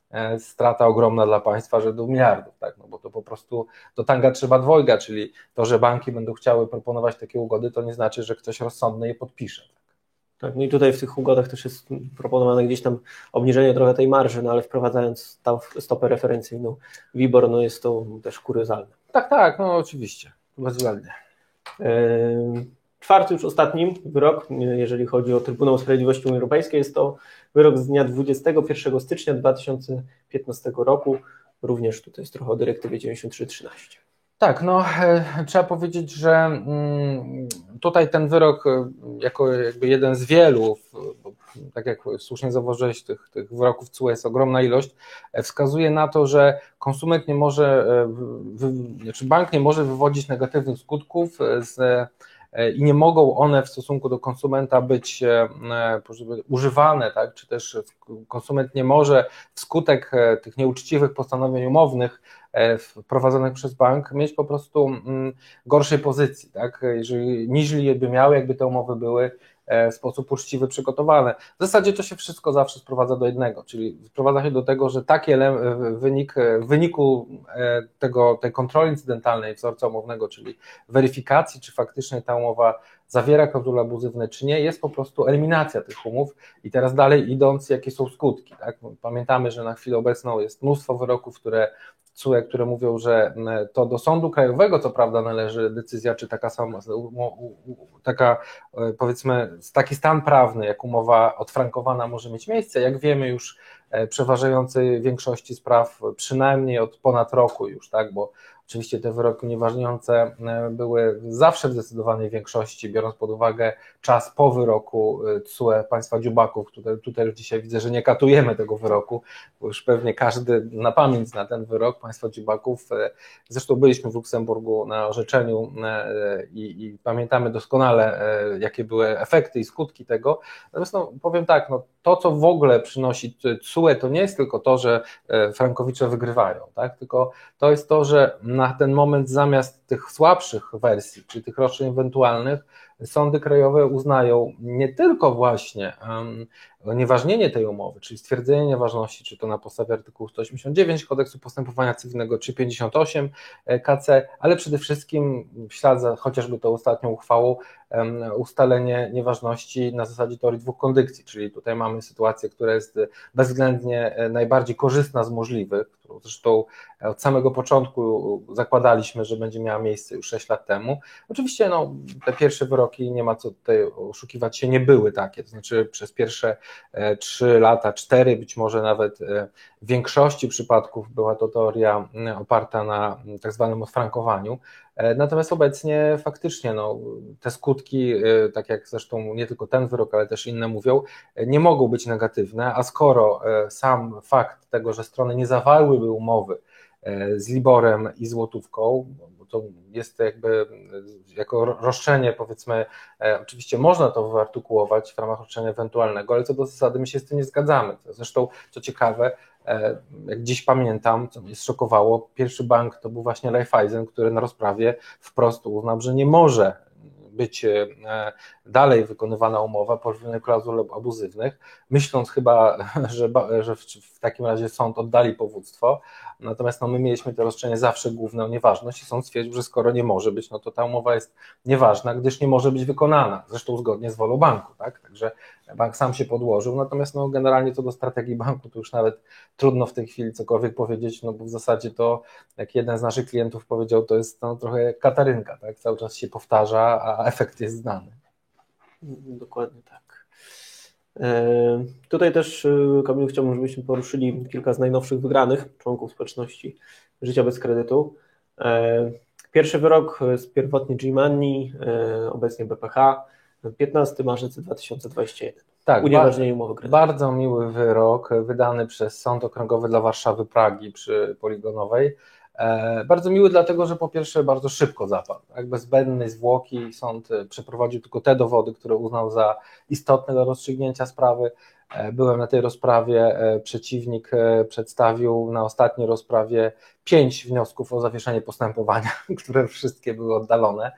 Speaker 3: strata ogromna dla państwa, rzędu miliardów, tak? No bo to po prostu do tanga trzeba dwojga, czyli to, że banki będą chciały proponować takie ugody, to nie znaczy, że ktoś rozsądny je podpisze.
Speaker 1: Tak, no i tutaj w tych ugodach też jest proponowane gdzieś tam obniżenie trochę tej marży, no ale wprowadzając stopę referencyjną WIBOR, no jest to też kuriozalne.
Speaker 3: Tak, no oczywiście, bezwzględnie.
Speaker 1: Czwarty, już ostatni wyrok, jeżeli chodzi o Trybunał Sprawiedliwości Unii Europejskiej, jest to wyrok z dnia 21 stycznia 2015 roku, również tutaj jest trochę o dyrektywie 93/13.
Speaker 3: Tak, no trzeba powiedzieć, że tutaj ten wyrok jako jakby jeden z wielu, tak jak słusznie zauważyłeś, tych wyroków TSUE jest ogromna ilość, wskazuje na to, że konsument nie może, znaczy bank nie może wywodzić negatywnych skutków i nie mogą one w stosunku do konsumenta być używane, tak? Czy też konsument nie może wskutek tych nieuczciwych postanowień umownych wprowadzonych przez bank mieć po prostu gorszej pozycji, tak? Niźli by miał, jakby te umowy były w sposób uczciwy przygotowane. W zasadzie to się wszystko zawsze sprowadza do jednego, czyli sprowadza się do tego, że taki w wyniku tej kontroli incydentalnej wzorca umownego, czyli weryfikacji, czy faktycznie ta umowa zawiera klauzule abuzywne, czy nie, jest po prostu eliminacja tych umów i teraz dalej idąc, jakie są skutki. Tak? Pamiętamy, że na chwilę obecną jest mnóstwo wyroków, TSUE, które mówią, że to do sądu krajowego co prawda należy decyzja, czy taki stan prawny, jak umowa odfrankowana może mieć miejsce, jak wiemy już przeważającej większości spraw przynajmniej od ponad roku już, tak, bo oczywiście te wyroki unieważniające były zawsze w zdecydowanej większości, biorąc pod uwagę czas po wyroku TSUE państwa dziubaków, tutaj już dzisiaj widzę, że nie katujemy tego wyroku, bo już pewnie każdy na pamięć zna ten wyrok państwa dziubaków. Zresztą byliśmy w Luksemburgu na orzeczeniu i pamiętamy doskonale, jakie były efekty i skutki tego. Natomiast powiem tak, to co w ogóle przynosi TSUE, to nie jest tylko to, że frankowicze wygrywają, tak? Tylko to jest to, że na ten moment zamiast tych słabszych wersji, czyli tych roszczeń ewentualnych, sądy krajowe uznają nie tylko właśnie nieważnienie tej umowy, czyli stwierdzenie nieważności, czy to na podstawie artykułu 189 Kodeksu Postępowania Cywilnego, czy 58 KC, ale przede wszystkim w ślad za chociażby tą ostatnią uchwałą ustalenie nieważności na zasadzie teorii dwóch kondycji, czyli tutaj mamy sytuację, która jest bezwzględnie najbardziej korzystna z możliwych, którą zresztą od samego początku zakładaliśmy, że będzie miała miejsce już 6 lat temu. Oczywiście te pierwsze wyroki, nie ma co tutaj oszukiwać się, nie były takie, to znaczy przez pierwsze 3 lata, 4 być może nawet w większości przypadków była to teoria oparta na tak zwanym odfrankowaniu. Natomiast obecnie faktycznie te skutki, tak jak zresztą nie tylko ten wyrok, ale też inne mówią, nie mogą być negatywne, a skoro sam fakt tego, że strony nie zawarłyby umowy z Liborem i złotówką, bo to jest jakby jako roszczenie, powiedzmy, oczywiście można to wyartykułować w ramach roszczenia ewentualnego, ale co do zasady my się z tym nie zgadzamy. Zresztą co ciekawe, jak dziś pamiętam, co mnie szokowało, pierwszy bank to był właśnie Raiffeisen, który na rozprawie wprost uznał, że nie może być dalej wykonywana umowa po użyciu klauzul abuzywnych, myśląc chyba, że w takim razie sąd oddali powództwo, natomiast my mieliśmy to roszczenie zawsze główne o nieważność i sąd stwierdził, że skoro nie może być, to ta umowa jest nieważna, gdyż nie może być wykonana, zresztą zgodnie z wolą banku, tak? Także bank sam się podłożył, natomiast generalnie co do strategii banku, to już nawet trudno w tej chwili cokolwiek powiedzieć, bo w zasadzie to, jak jeden z naszych klientów powiedział, to jest trochę katarynka, tak? Cały czas się powtarza, a efekt jest znany.
Speaker 1: Dokładnie tak. Tutaj też, Kamilu, chciałbym, żebyśmy poruszyli kilka z najnowszych wygranych członków społeczności Życia bez kredytu. Pierwszy wyrok z pierwotnie G-Money, obecnie BPH, 15 marzec 2021.
Speaker 3: Tak,
Speaker 1: unieważnienie umowy kredytu.
Speaker 3: Bardzo miły wyrok wydany przez Sąd Okręgowy dla Warszawy Pragi przy Poligonowej. Bardzo miły dlatego, że po pierwsze bardzo szybko zapadł, tak? Bez zbędnej zwłoki sąd przeprowadził tylko te dowody, które uznał za istotne do rozstrzygnięcia sprawy. Byłem na tej rozprawie, przeciwnik przedstawił na ostatniej rozprawie 5 wniosków o zawieszenie postępowania, które wszystkie były oddalone.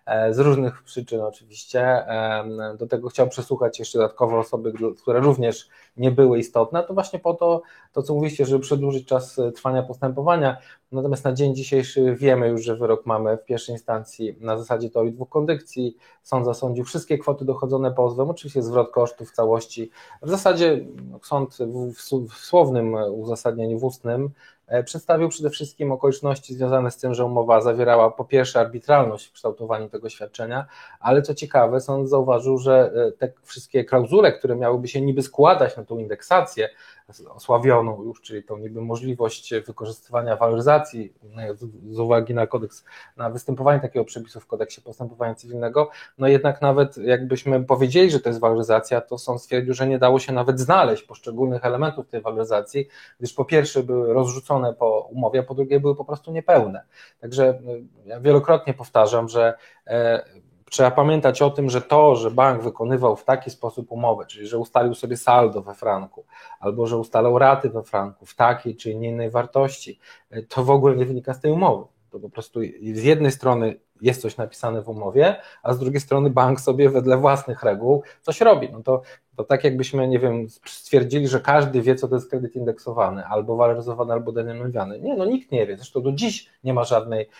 Speaker 3: z różnych przyczyn oczywiście. Do tego chciał przesłuchać jeszcze dodatkowo osoby, które również nie były istotne, to właśnie po to co mówiliście, żeby przedłużyć czas trwania postępowania. Natomiast na dzień dzisiejszy wiemy już, że wyrok mamy w pierwszej instancji na zasadzie teorii dwóch kondycji. Sąd zasądził wszystkie kwoty dochodzone pozwem, oczywiście zwrot kosztów w całości. W zasadzie sąd w słownym uzasadnieniu, w ustnym, przedstawił przede wszystkim okoliczności związane z tym, że umowa zawierała po pierwsze arbitralność w kształtowaniu tego świadczenia, ale co ciekawe, sąd zauważył, że te wszystkie klauzule, które miałyby się niby składać na tą indeksację osławioną już, czyli tą niby możliwość wykorzystywania waloryzacji z uwagi na kodeks, na występowanie takiego przepisu w kodeksie postępowania cywilnego, no jednak nawet jakbyśmy powiedzieli, że to jest waloryzacja, to sąd stwierdził, że nie dało się nawet znaleźć poszczególnych elementów tej waloryzacji, gdyż po pierwsze były rozrzucone po umowie, a po drugie były po prostu niepełne. Także ja wielokrotnie powtarzam, że trzeba pamiętać o tym, że to, że bank wykonywał w taki sposób umowę, czyli że ustalił sobie saldo we franku, albo że ustalał raty we franku w takiej czy innej wartości, to w ogóle nie wynika z tej umowy. To po prostu z jednej strony jest coś napisane w umowie, a z drugiej strony bank sobie wedle własnych reguł coś robi. No to tak jakbyśmy, nie wiem, stwierdzili, że każdy wie, co to jest kredyt indeksowany, albo waloryzowany, albo denominowany. Nie, no nikt nie wie, zresztą do dziś nie ma żadnej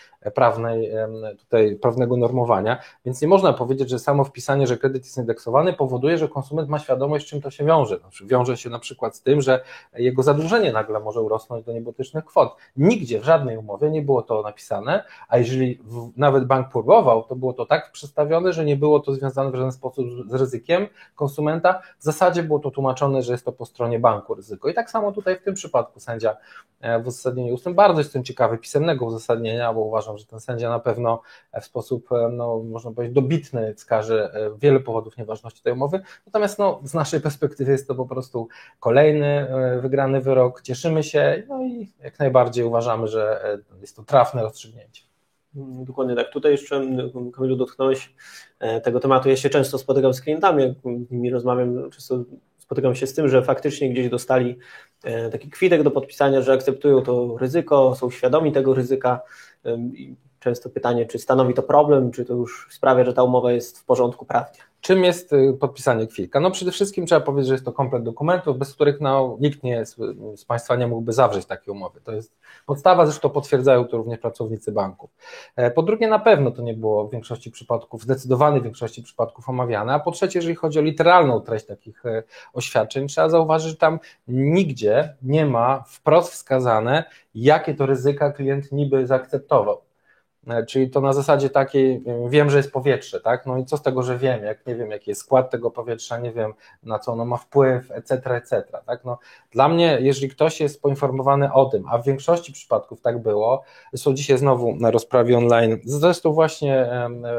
Speaker 3: prawnego normowania, więc nie można powiedzieć, że samo wpisanie, że kredyt jest indeksowany powoduje, że konsument ma świadomość, z czym to się wiąże. Znaczy, wiąże się na przykład z tym, że jego zadłużenie nagle może urosnąć do niebotycznych kwot. Nigdzie w żadnej umowie nie było to napisane, a jeżeli nawet bank próbował, to było to tak przedstawione, że nie było to związane w żaden sposób z ryzykiem konsumenta. W zasadzie było to tłumaczone, że jest to po stronie banku ryzyko. I tak samo tutaj w tym przypadku sędzia w uzasadnieniu ustnym, bardzo jestem ciekawy pisemnego uzasadnienia, bo uważam, że ten sędzia na pewno w sposób, no, można powiedzieć, dobitny wskaże wiele powodów nieważności tej umowy. Natomiast no, z naszej perspektywy jest to po prostu kolejny wygrany wyrok. Cieszymy się, no i jak najbardziej uważamy, że jest to trafne rozstrzygnięcie.
Speaker 1: Dokładnie tak. Tutaj jeszcze, Kamilu, dotknąłeś tego tematu. Ja się często spotykam z klientami, jak z nimi rozmawiam, często spotykam się z tym, że faktycznie gdzieś dostali taki kwitek do podpisania, że akceptują to ryzyko, są świadomi tego ryzyka i często pytanie, czy stanowi to problem, czy to już sprawia, że ta umowa jest w porządku prawnie.
Speaker 3: Czym jest podpisanie kwitka? No przede wszystkim trzeba powiedzieć, że jest to komplet dokumentów, bez których no, nikt z Państwa nie mógłby zawrzeć takiej umowy. To jest podstawa, zresztą potwierdzają to również pracownicy banków. Po drugie, na pewno to nie było w większości przypadków, zdecydowanej większości przypadków omawiane, a po trzecie, jeżeli chodzi o literalną treść takich oświadczeń, trzeba zauważyć, że tam nigdzie nie ma wprost wskazane, jakie to ryzyka klient niby zaakceptował. Czyli to na zasadzie takiej, wiem, że jest powietrze, tak? No i co z tego, że wiem, jak nie wiem, jaki jest skład tego powietrza, nie wiem, na co ono ma wpływ, etc., tak? No, dla mnie, jeżeli ktoś jest poinformowany o tym, a w większości przypadków tak było, zresztą dzisiaj znowu na rozprawie online, zresztą właśnie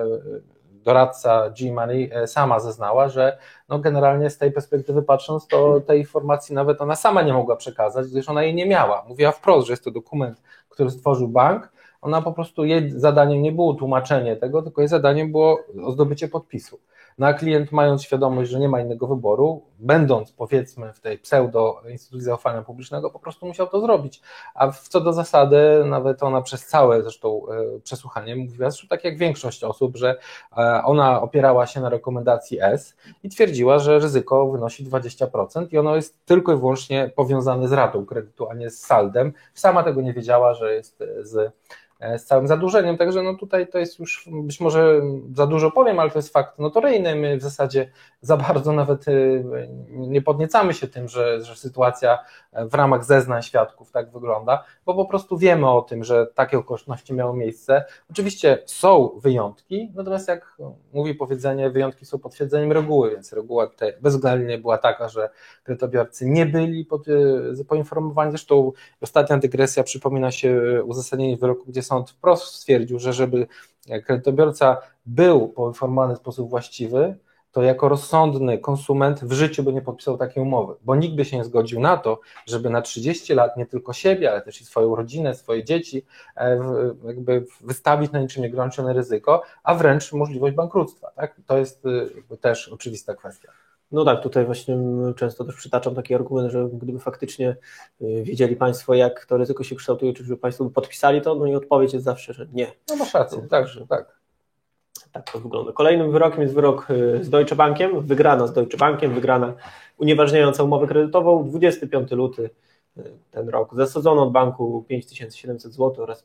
Speaker 3: doradca G-Money sama zeznała, że no generalnie z tej perspektywy patrząc, to tej informacji nawet ona sama nie mogła przekazać, gdyż ona jej nie miała. Mówiła wprost, że jest to dokument, który stworzył bank. Ona po prostu, jej zadaniem nie było tłumaczenie tego, tylko jej zadaniem było zdobycie podpisu. No a klient, mając świadomość, że nie ma innego wyboru, będąc powiedzmy w tej pseudo instytucji zaufania publicznego, po prostu musiał to zrobić. A co do zasady, nawet ona przez całe zresztą przesłuchanie mówiła, zresztą tak jak większość osób, że ona opierała się na rekomendacji S i twierdziła, że ryzyko wynosi 20% i ono jest tylko i wyłącznie powiązane z ratą kredytu, a nie z saldem. Sama tego nie wiedziała, że jest z całym zadłużeniem, także no tutaj to jest już, być może za dużo powiem, ale to jest fakt notoryjny, my w zasadzie za bardzo nawet nie podniecamy się tym, że sytuacja w ramach zeznań świadków tak wygląda, bo po prostu wiemy o tym, że takie okoliczności miały miejsce. Oczywiście są wyjątki, natomiast jak mówi powiedzenie, wyjątki są potwierdzeniem reguły, więc reguła tutaj bezwzględnie była taka, że kredytobiorcy nie byli poinformowani, zresztą ostatnia dygresja przypomina się uzasadnienie wyroku, gdzie sąd wprost stwierdził, że żeby kredytobiorca był poinformowany w sposób właściwy, to jako rozsądny konsument w życiu by nie podpisał takiej umowy, bo nikt by się nie zgodził na to, żeby na 30 lat nie tylko siebie, ale też i swoją rodzinę, swoje dzieci jakby wystawić na niczym nieograniczone ryzyko, a wręcz możliwość bankructwa. Tak? To jest też oczywista kwestia.
Speaker 1: No tak, tutaj właśnie często też przytaczam taki argument, że gdyby faktycznie wiedzieli Państwo, jak to ryzyko się kształtuje, czy żeby Państwo by podpisali to, no i odpowiedź jest zawsze, że nie.
Speaker 3: No masz rację, tak.
Speaker 1: tak to wygląda. Kolejnym wyrokiem jest wyrok z Deutsche Bankiem, wygrana z Deutsche Bankiem, wygrana unieważniająca umowę kredytową, 25 luty ten rok. Zasadzono od banku 5700 zł oraz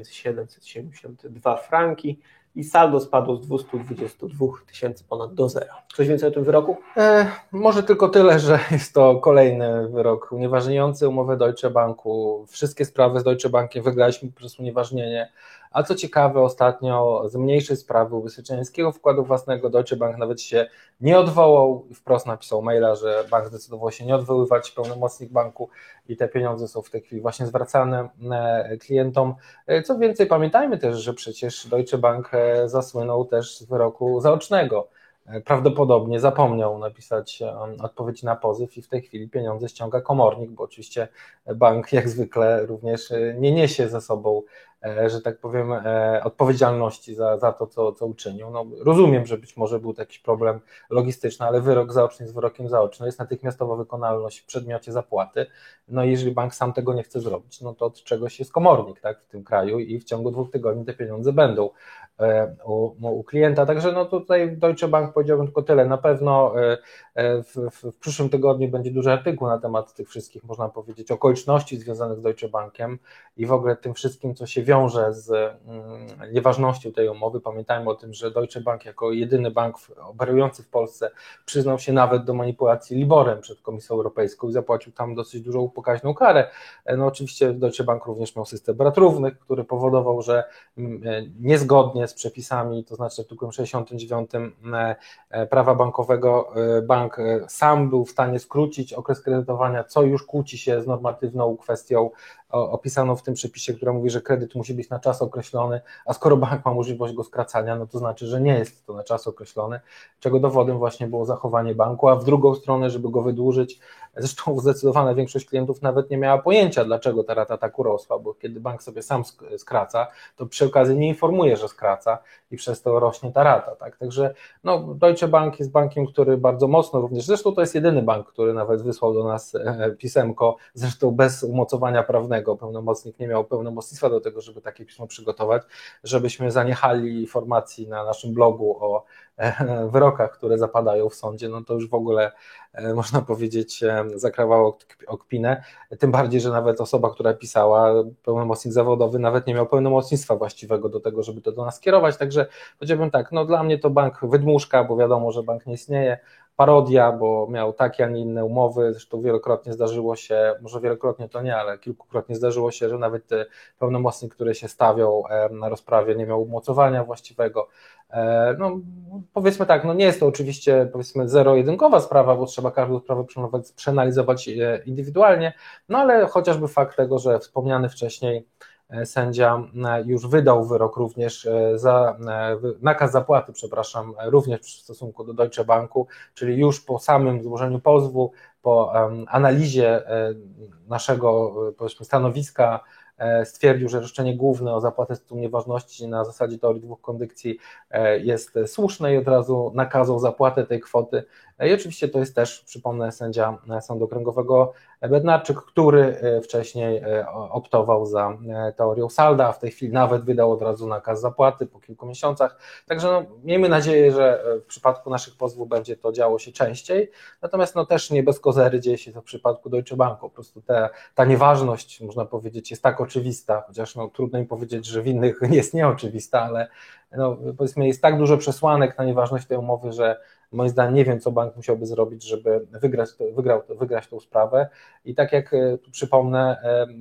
Speaker 1: 5772 franki i saldo spadło z 222 tysięcy ponad do zera. Coś więcej o tym wyroku?
Speaker 3: Może tylko tyle, że jest to kolejny wyrok unieważniający umowę Deutsche Banku. Wszystkie sprawy z Deutsche Bankiem wygraliśmy przez unieważnienie. A co ciekawe, ostatnio z mniejszej sprawy ubezpieczeńskiego wkładu własnego Deutsche Bank nawet się nie odwołał i wprost napisał maila, że bank zdecydował się nie odwoływać, pełnomocnik banku i te pieniądze są w tej chwili właśnie zwracane klientom. Co więcej, pamiętajmy też, że przecież Deutsche Bank zasłynął też z wyroku zaocznego. Prawdopodobnie zapomniał napisać odpowiedź na pozew i w tej chwili pieniądze ściąga komornik, bo oczywiście bank jak zwykle również nie niesie ze sobą, że tak powiem, odpowiedzialności za to, co uczynił. No, rozumiem, że być może był to jakiś problem logistyczny, ale wyrok zaoczny jest wyrokiem zaocznym, jest natychmiastowa wykonalność w przedmiocie zapłaty. No i jeżeli bank sam tego nie chce zrobić, no to od czegoś jest komornik, tak, w tym kraju i w ciągu 2 tygodni te pieniądze będą u klienta. Także no tutaj Deutsche Bank, powiedziałbym tylko tyle. Na pewno w przyszłym tygodniu będzie duży artykuł na temat tych wszystkich, można powiedzieć, okoliczności związanych z Deutsche Bankiem i w ogóle tym wszystkim, co się wiąże z nieważnością tej umowy. Pamiętajmy o tym, że Deutsche Bank jako jedyny bank operujący w Polsce przyznał się nawet do manipulacji Liborem przed Komisją Europejską i zapłacił tam dosyć dużą pokaźną karę. No oczywiście Deutsche Bank również miał system brat równych, który powodował, że niezgodnie z przepisami, to znaczy artykułem 69 prawa bankowego, bank sam był w stanie skrócić okres kredytowania, co już kłóci się z normatywną kwestią opisaną w tym przepisie, która mówi, że kredyt musi być na czas określony, a skoro bank ma możliwość go skracania, no to znaczy, że nie jest to na czas określony, czego dowodem właśnie było zachowanie banku, a w drugą stronę, żeby go wydłużyć, zresztą zdecydowana większość klientów nawet nie miała pojęcia, dlaczego ta rata tak urosła, bo kiedy bank sobie sam skraca, to przy okazji nie informuje, że skraca i przez to rośnie ta rata, tak? Także no, Deutsche Bank jest bankiem, który bardzo mocno również, zresztą to jest jedyny bank, który nawet wysłał do nas pisemko, zresztą bez umocowania prawnego, pełnomocnik nie miał pełnomocnictwa do tego, żeby takie pismo przygotować, żebyśmy zaniechali informacji na naszym blogu o wyrokach, które zapadają w sądzie, no to już w ogóle można powiedzieć zakrawało o kpinę, tym bardziej, że nawet osoba, która pisała, pełnomocnik zawodowy, nawet nie miał pełnomocnictwa właściwego do tego, żeby to do nas kierować, także powiedziałbym tak, no dla mnie to bank wydmuszka, bo wiadomo, że bank nie istnieje, parodia, bo miał takie, a nie inne umowy, zresztą wielokrotnie zdarzyło się, może wielokrotnie to nie, ale kilkukrotnie zdarzyło się, że nawet pełnomocnik, który się stawiał na rozprawie, nie miał umocowania właściwego. No powiedzmy tak, no nie jest to oczywiście powiedzmy zero-jedynkowa sprawa, bo trzeba każdą sprawę przeanalizować indywidualnie, no ale chociażby fakt tego, że wspomniany wcześniej sędzia już wydał wyrok również nakaz zapłaty, również w stosunku do Deutsche Banku, czyli już po samym złożeniu pozwu, po analizie naszego powiedzmy stanowiska stwierdził, że roszczenie główne o zapłatę z tytułu nieważności na zasadzie teorii 2 kondycji jest słuszne i od razu nakazał zapłatę tej kwoty. I oczywiście to jest też, przypomnę, sędzia Sądu Okręgowego Bednarczyk, który wcześniej optował za teorią salda, a w tej chwili nawet wydał od razu nakaz zapłaty po kilku miesiącach. Także no, miejmy nadzieję, że w przypadku naszych pozwów będzie to działo się częściej, natomiast no, też nie bez kozery dzieje się to w przypadku Deutsche Banku. Po prostu ta nieważność, można powiedzieć, jest tak oczywista, chociaż no, trudno mi powiedzieć, że w innych jest nieoczywista, ale no, powiedzmy jest tak dużo przesłanek na nieważność tej umowy, że moim zdaniem nie wiem, co bank musiałby zrobić, żeby wygrać tą sprawę. I tak jak tu przypomnę,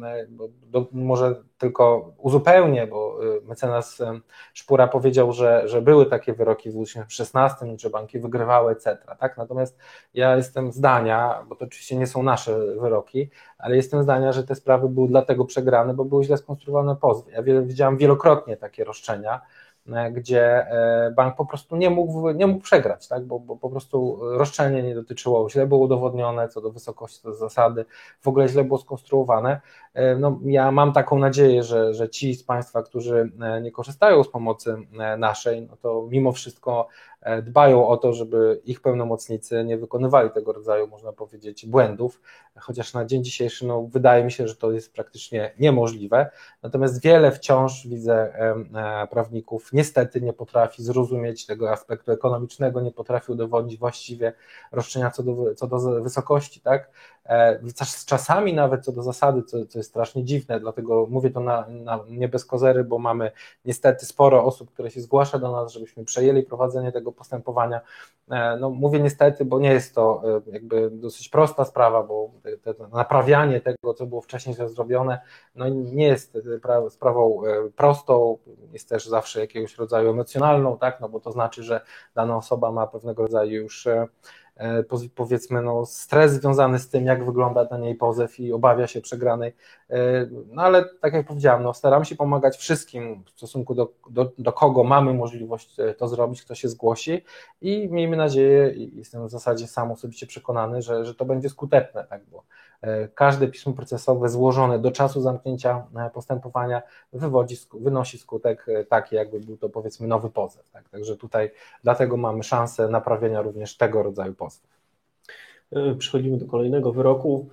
Speaker 3: może tylko uzupełnię, bo mecenas Szpura powiedział, że były takie wyroki w 2016, że banki wygrywały, etc. Tak? Natomiast ja jestem zdania, bo to oczywiście nie są nasze wyroki, ale jestem zdania, że te sprawy były dlatego przegrane, bo były źle skonstruowane pozwy. Ja widziałem wielokrotnie takie roszczenia, gdzie bank po prostu nie mógł przegrać, tak? Bo po prostu roszczenie nie dotyczyło, źle było udowodnione co do wysokości, co do zasady, w ogóle źle było skonstruowane. No, ja mam taką nadzieję, że ci z Państwa, którzy nie korzystają z pomocy naszej, no to mimo wszystko dbają o to, żeby ich pełnomocnicy nie wykonywali tego rodzaju, można powiedzieć, błędów, chociaż na dzień dzisiejszy wydaje mi się, że to jest praktycznie niemożliwe. Natomiast wiele wciąż widzę prawników niestety nie potrafi zrozumieć tego aspektu ekonomicznego, nie potrafi udowodnić właściwie roszczenia co do wysokości, tak? Z czasami nawet co do zasady, co jest strasznie dziwne, dlatego mówię to nie bez kozery, bo mamy niestety sporo osób, które się zgłasza do nas, żebyśmy przejęli prowadzenie tego postępowania. Mówię niestety, bo nie jest to jakby dosyć prosta sprawa, bo naprawianie tego, co było wcześniej zrobione, nie jest sprawą prostą, jest też zawsze jakiegoś rodzaju emocjonalną, tak, bo to znaczy, że dana osoba ma pewnego rodzaju już powiedzmy stres związany z tym, jak wygląda ten jej pozew i obawia się przegranej, ale tak jak powiedziałem, staramy się pomagać wszystkim w stosunku do kogo mamy możliwość to zrobić, kto się zgłosi i miejmy nadzieję, i jestem w zasadzie sam osobiście przekonany, że to będzie skuteczne, tak, bo każde pismo procesowe złożone do czasu zamknięcia postępowania wynosi skutek taki, jakby był to powiedzmy nowy pozew. Tak? Także tutaj dlatego mamy szansę naprawienia również tego rodzaju pozwów.
Speaker 1: Przechodzimy do kolejnego wyroku.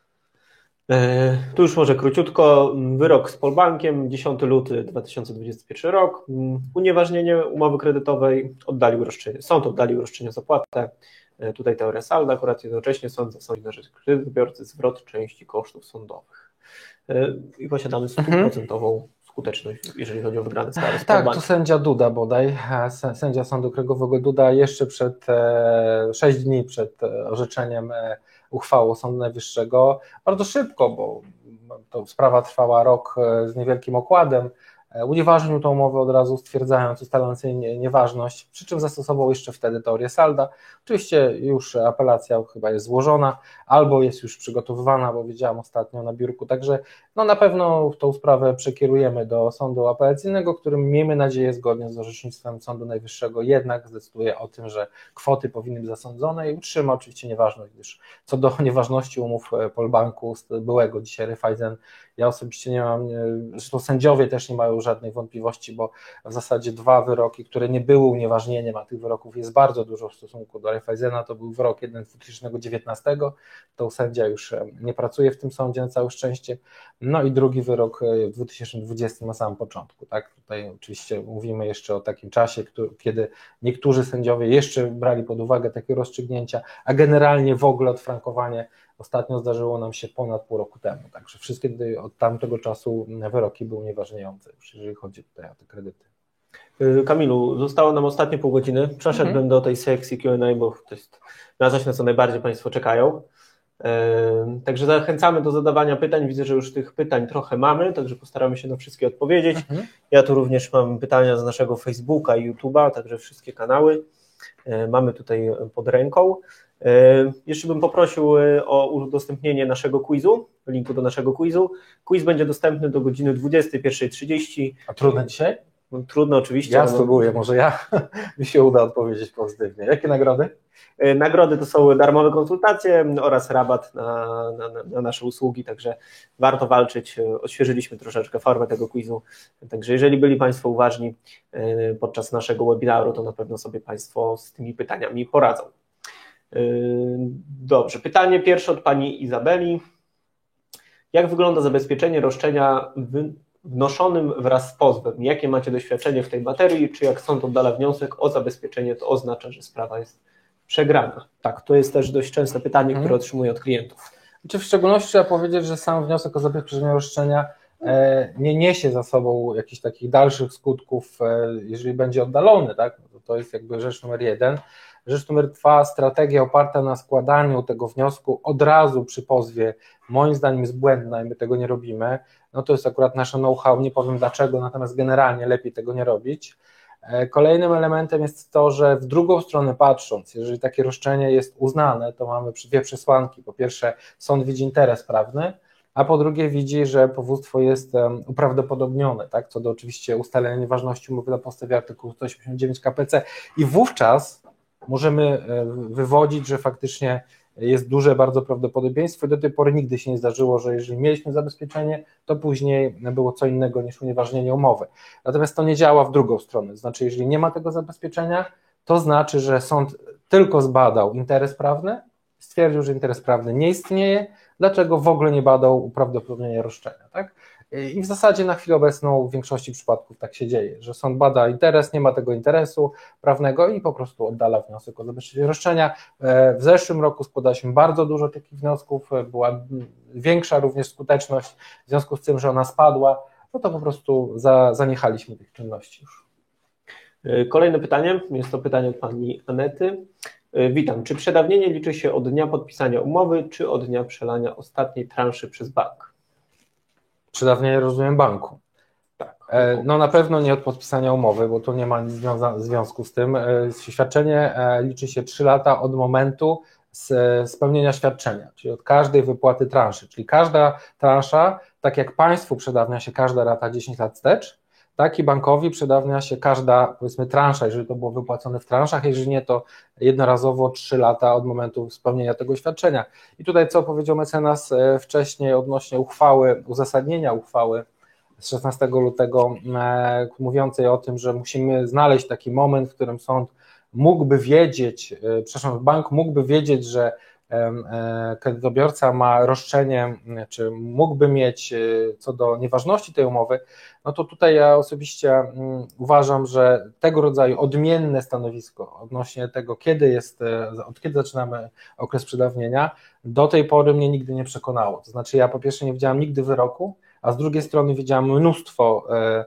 Speaker 1: Tu już może króciutko. Wyrok z Polbankiem, 10 luty 2021 rok. Unieważnienie umowy kredytowej, sąd oddalił roszczenie o zapłatę. Tutaj teoria salda, akurat jednocześnie sąd zasądził na rzecz kredytobiorcy zwrot części kosztów sądowych. I posiadamy 100% skuteczność, jeżeli chodzi o wygrane sprawy z
Speaker 3: Tak,
Speaker 1: Polbankiem.
Speaker 3: to sędzia Duda bodaj, sędzia Sądu Okręgowego Duda jeszcze 6 dni przed orzeczeniem uchwałą Sądu Najwyższego, bardzo szybko, bo to sprawa trwała rok z niewielkim okładem, unieważnił tę umowę od razu, stwierdzając, ustalając jej nieważność, przy czym zastosował jeszcze wtedy teorię salda. Oczywiście już apelacja chyba jest złożona, albo jest już przygotowywana, bo widziałam ostatnio na biurku, także na pewno tą sprawę przekierujemy do sądu apelacyjnego, którym miejmy nadzieję zgodnie z orzecznictwem Sądu Najwyższego jednak zdecyduje o tym, że kwoty powinny być zasądzone i utrzyma oczywiście nieważność, gdyż co do nieważności umów Polbanku byłego dzisiaj Raiffeisen, ja osobiście nie mam, zresztą sędziowie też nie mają żadnej wątpliwości, bo w zasadzie 2 wyroki, które nie były unieważnieniem, a tych wyroków jest bardzo dużo w stosunku do Raiffeisena, to był wyrok 1 z 2019, to sędzia już nie pracuje w tym sądzie na całe szczęście, i drugi wyrok w 2020 na samym początku, tak? Tutaj oczywiście mówimy jeszcze o takim czasie, kiedy niektórzy sędziowie jeszcze brali pod uwagę takie rozstrzygnięcia, a generalnie w ogóle odfrankowanie ostatnio zdarzyło nam się ponad pół roku temu, także wszystkie od tamtego czasu wyroki były unieważniające, już jeżeli chodzi tutaj o te kredyty.
Speaker 1: Kamilu, zostało nam ostatnie pół godziny. Przeszedłbym do tej sekcji Q&A, bo to jest coś, na co najbardziej Państwo czekają. Także zachęcamy do zadawania pytań. Widzę, że już tych pytań trochę mamy, także postaramy się na wszystkie odpowiedzieć. Ja tu również mam pytania z naszego Facebooka i YouTube'a, także wszystkie kanały mamy tutaj pod ręką. Jeszcze bym poprosił o udostępnienie naszego quizu, linku do naszego quizu. Quiz będzie dostępny do godziny 21:30.
Speaker 3: A trudno dzisiaj?
Speaker 1: Trudno oczywiście.
Speaker 3: Ja spróbuję, może mi się uda odpowiedzieć pozytywnie. Jakie nagrody?
Speaker 1: Nagrody to są darmowe konsultacje oraz rabat na nasze usługi, także warto walczyć. Odświeżyliśmy troszeczkę formę tego quizu, także jeżeli byli Państwo uważni podczas naszego webinaru, to na pewno sobie Państwo z tymi pytaniami poradzą. Dobrze, pytanie pierwsze od Pani Izabeli. Jak wygląda zabezpieczenie roszczenia wnoszonym wraz z pozwem? Jakie macie doświadczenie w tej materii? Czy jak sąd oddala wniosek o zabezpieczenie, to oznacza, że sprawa jest przegrana? Tak, to jest też dość częste pytanie, które otrzymuję od klientów.
Speaker 3: W szczególności trzeba powiedzieć, że sam wniosek o zabezpieczenie roszczenia nie niesie za sobą jakichś takich dalszych skutków, jeżeli będzie oddalony, tak? To jest jakby rzecz numer 1. Rzecz numer 2, strategia oparta na składaniu tego wniosku od razu przy pozwie, moim zdaniem jest błędna i my tego nie robimy. To jest akurat nasze know-how, nie powiem dlaczego, natomiast generalnie lepiej tego nie robić. Kolejnym elementem jest to, że w drugą stronę patrząc, jeżeli takie roszczenie jest uznane, to mamy 2 przesłanki. Po pierwsze, sąd widzi interes prawny, a po drugie widzi, że powództwo jest uprawdopodobnione, tak? Co do oczywiście ustalenia nieważności umowy na podstawie artykułu 189 k.p.c. i wówczas możemy wywodzić, że faktycznie jest duże bardzo prawdopodobieństwo i do tej pory nigdy się nie zdarzyło, że jeżeli mieliśmy zabezpieczenie, to później było co innego niż unieważnienie umowy. Natomiast to nie działa w drugą stronę, to znaczy jeżeli nie ma tego zabezpieczenia, to znaczy, że sąd tylko zbadał interes prawny, stwierdził, że interes prawny nie istnieje, dlaczego w ogóle nie badał uprawdopodobnienia roszczenia, tak? I w zasadzie na chwilę obecną w większości przypadków tak się dzieje, że sąd bada interes, nie ma tego interesu prawnego i po prostu oddala wniosek o zabezpieczenie roszczenia. W zeszłym roku składaliśmy bardzo dużo takich wniosków, była większa również skuteczność, w związku z tym, że ona spadła, no to po prostu zaniechaliśmy tych czynności już.
Speaker 1: Kolejne pytanie, jest to pytanie od pani Anety. Witam, czy przedawnienie liczy się od dnia podpisania umowy, czy od dnia przelania ostatniej transzy przez bank?
Speaker 3: Przedawnienie rozumiem banku.
Speaker 1: Tak.
Speaker 3: No na pewno nie od podpisania umowy, bo to nie ma związku z tym. Świadczenie liczy się 3 lata od momentu spełnienia świadczenia, czyli od każdej wypłaty transzy, czyli każda transza, tak jak państwu przedawnia się każda rata 10 lat wstecz, tak i bankowi przedawnia się każda, powiedzmy, transza, jeżeli to było wypłacone w transzach, jeżeli nie, to jednorazowo 3 lata od momentu spełnienia tego świadczenia. I tutaj co powiedział mecenas wcześniej odnośnie uchwały, uzasadnienia uchwały z 16 lutego mówiącej o tym, że musimy znaleźć taki moment, w którym sąd mógłby wiedzieć, bank mógłby wiedzieć, że kredytobiorca ma roszczenie, czy mógłby mieć co do nieważności tej umowy, no to tutaj ja osobiście uważam, że tego rodzaju odmienne stanowisko odnośnie tego, od kiedy zaczynamy okres przedawnienia, do tej pory mnie nigdy nie przekonało. To znaczy ja po pierwsze nie widziałem nigdy wyroku, a z drugiej strony widziałem mnóstwo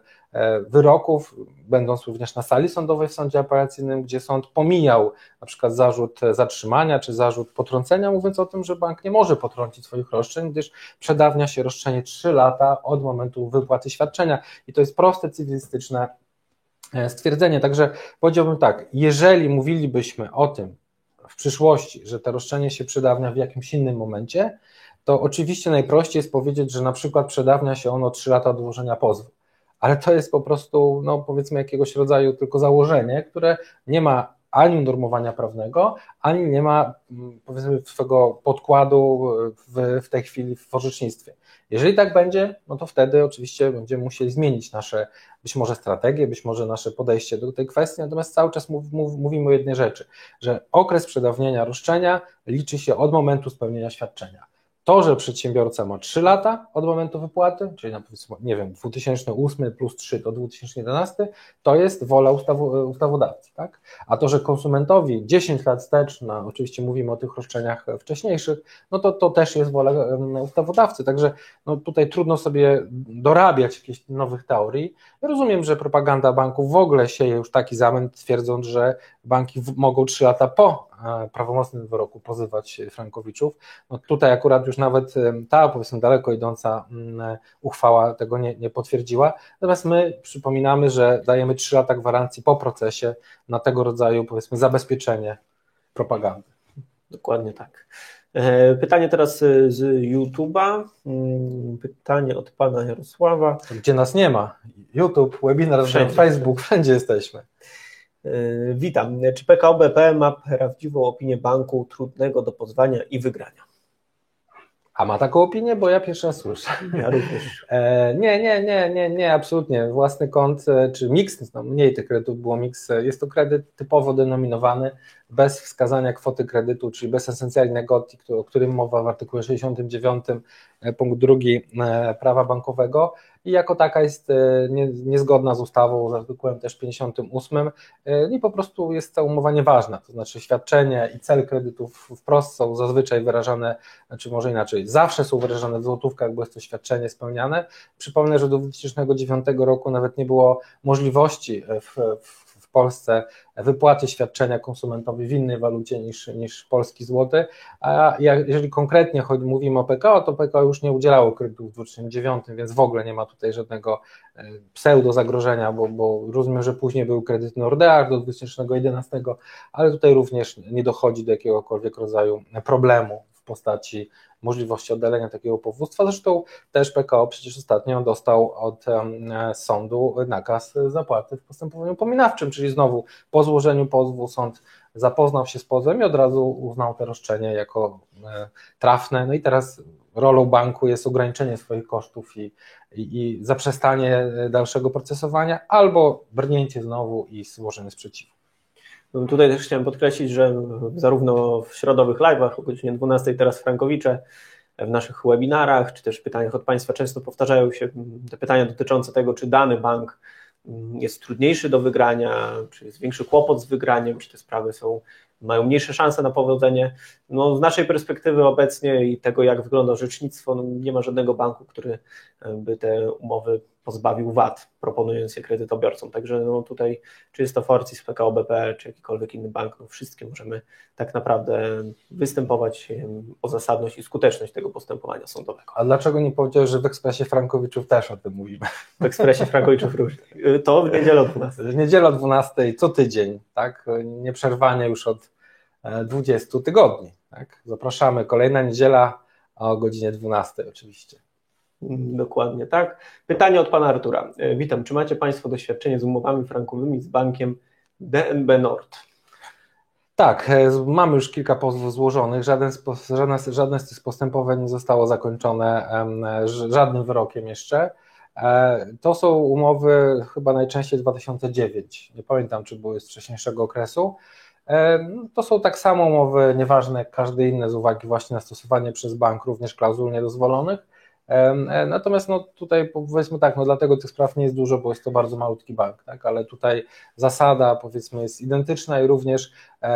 Speaker 3: wyroków, będąc również na sali sądowej w sądzie apelacyjnym, gdzie sąd pomijał na przykład zarzut zatrzymania czy zarzut potrącenia, mówiąc o tym, że bank nie może potrącić swoich roszczeń, gdyż przedawnia się roszczenie 3 lata od momentu wypłaty świadczenia i to jest proste, cywilistyczne stwierdzenie. Także powiedziałbym tak, jeżeli mówilibyśmy o tym w przyszłości, że to roszczenie się przedawnia w jakimś innym momencie, to oczywiście najprościej jest powiedzieć, że na przykład przedawnia się ono 3 lata od złożenia pozwu. Ale to jest po prostu, no powiedzmy, jakiegoś rodzaju tylko założenie, które nie ma ani unormowania prawnego, ani nie ma, powiedzmy, swego podkładu w tej chwili w orzecznictwie. Jeżeli tak będzie, no to wtedy oczywiście będziemy musieli zmienić nasze, być może strategię, być może nasze podejście do tej kwestii, natomiast cały czas mówimy o jednej rzeczy, że okres przedawnienia roszczenia liczy się od momentu spełnienia świadczenia. To, że przedsiębiorca ma 3 lata od momentu wypłaty, czyli na powiedzmy, nie wiem, 2008 plus 3 to 2011, to jest wola ustawodawcy, tak? A to, że konsumentowi 10 lat wstecz, oczywiście mówimy o tych roszczeniach wcześniejszych, no to też jest wola ustawodawcy, także no tutaj trudno sobie dorabiać jakichś nowych teorii. Ja rozumiem, że propaganda banków w ogóle sieje już taki zamęt, twierdząc, że banki mogą 3 lata po prawomocnym wyroku pozywać frankowiczów. No tutaj akurat już nawet ta, powiedzmy, daleko idąca uchwała tego nie potwierdziła, natomiast my przypominamy, że dajemy 3 lata gwarancji po procesie na tego rodzaju, powiedzmy, zabezpieczenie propagandy.
Speaker 1: Dokładnie tak. Pytanie teraz z YouTube'a. Pytanie od pana Jarosława.
Speaker 3: Gdzie nas nie ma? YouTube, webinar, Facebook, wszędzie jesteśmy.
Speaker 1: Witam. Czy PKO BP ma prawdziwą opinię banku trudnego do pozwania i wygrania?
Speaker 3: A ma taką opinię? Bo ja pierwszy raz słyszę.
Speaker 1: Ja również.
Speaker 3: Nie, absolutnie. Własny kont, czy miks, no mniej tych kredytów było miks, jest to kredyt typowo denominowany, bez wskazania kwoty kredytu, czyli bez esencjalnego, o którym mowa w artykule 69 punkt 2 prawa bankowego i jako taka jest niezgodna z ustawą, z artykułem też 58 i po prostu jest ta umowa nieważna, to znaczy świadczenie i cel kredytów wprost są zazwyczaj wyrażane, znaczy może inaczej, zawsze są wyrażane w złotówkach, bo jest to świadczenie spełniane. Przypomnę, że do 2009 roku nawet nie było możliwości w Polsce wypłaty świadczenia konsumentowi w innej walucie niż polski złoty, a jeżeli konkretnie mówimy o PKO, to PKO już nie udzielało kredytów w 2009, więc w ogóle nie ma tutaj żadnego pseudo zagrożenia, bo rozumiem, że później był kredyt Nordea do 2011, ale tutaj również nie dochodzi do jakiegokolwiek rodzaju problemu w postaci możliwości oddalenia takiego powództwa. Zresztą też PKO przecież ostatnio dostał od sądu nakaz zapłaty w postępowaniu upominawczym, czyli znowu po złożeniu pozwu sąd zapoznał się z pozwem i od razu uznał te roszczenie jako trafne. No i teraz rolą banku jest ograniczenie swoich kosztów i zaprzestanie dalszego procesowania albo brnięcie znowu i złożenie sprzeciwu.
Speaker 1: No tutaj też chciałem podkreślić, że zarówno w środowych live'ach o godzinie 12 teraz Frankowicze, w naszych webinarach, czy też pytaniach od Państwa często powtarzają się te pytania dotyczące tego, czy dany bank jest trudniejszy do wygrania, czy jest większy kłopot z wygraniem, czy te sprawy mają mniejsze szanse na powodzenie. No, z naszej perspektywy obecnie i tego, jak wygląda orzecznictwo, no, nie ma żadnego banku, który by te umowy pozbawił VAT, proponując je kredytobiorcom. Także no, tutaj, czy jest to Fortis, PKO BP, czy jakikolwiek inny bank, no, wszystkie możemy tak naprawdę występować o zasadność i skuteczność tego postępowania sądowego.
Speaker 3: A dlaczego nie powiedziałeś, że w Ekspresie Frankowiczów też o tym mówimy?
Speaker 1: W Ekspresie Frankowiczów różnie. To w niedzielę o 12.
Speaker 3: W niedzielę o 12 co tydzień, tak? Nieprzerwanie już od 20 tygodni. Tak? Zapraszamy. Kolejna niedziela o godzinie 12 oczywiście.
Speaker 1: Dokładnie tak. Pytanie od pana Artura. Witam, czy macie Państwo doświadczenie z umowami frankowymi z bankiem DNB Nord?
Speaker 3: Tak, mamy już kilka pozwów złożonych, żadne z tych postępowań nie zostało zakończone żadnym wyrokiem jeszcze. To są umowy chyba najczęściej 2009, nie pamiętam, czy były z wcześniejszego okresu. To są tak samo umowy, nieważne jak każde inne, z uwagi właśnie na stosowanie przez bank również klauzul niedozwolonych. Natomiast no tutaj powiedzmy tak, no dlatego tych spraw nie jest dużo, bo jest to bardzo malutki bank, tak? Ale tutaj zasada powiedzmy jest identyczna i również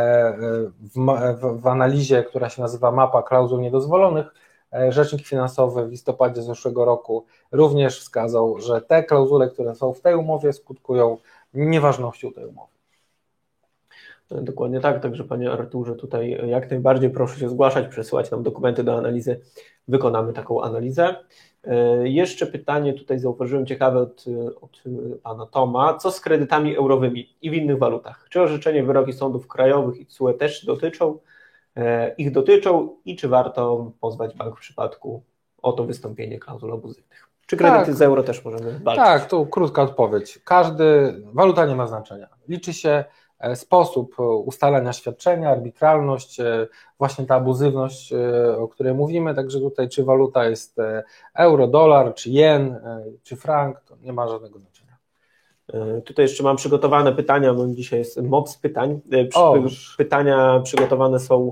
Speaker 3: w analizie, która się nazywa mapa klauzul niedozwolonych, Rzecznik Finansowy w listopadzie zeszłego roku również wskazał, że te klauzule, które są w tej umowie, skutkują nieważnością tej umowy.
Speaker 1: Dokładnie tak, także panie Arturze, tutaj jak najbardziej proszę się zgłaszać, przesyłać nam dokumenty do analizy, wykonamy taką analizę. Jeszcze pytanie tutaj zauważyłem ciekawe od pana Toma, co z kredytami eurowymi i w innych walutach? Czy orzeczenie, wyroki sądów krajowych i TSUE też dotyczą i czy warto pozwać bank w przypadku o to wystąpienie klauzul abuzywnych? Czy kredyty z euro też możemy walczyć?
Speaker 3: Tak, to krótka odpowiedź. Waluta nie ma znaczenia. Liczy się sposób ustalania świadczenia, arbitralność, właśnie ta abuzywność, o której mówimy, także tutaj czy waluta jest euro, dolar, czy jen, czy frank, to nie ma żadnego znaczenia.
Speaker 1: Tutaj jeszcze mam przygotowane pytania, bo dzisiaj jest moc pytań. Pytania przygotowane są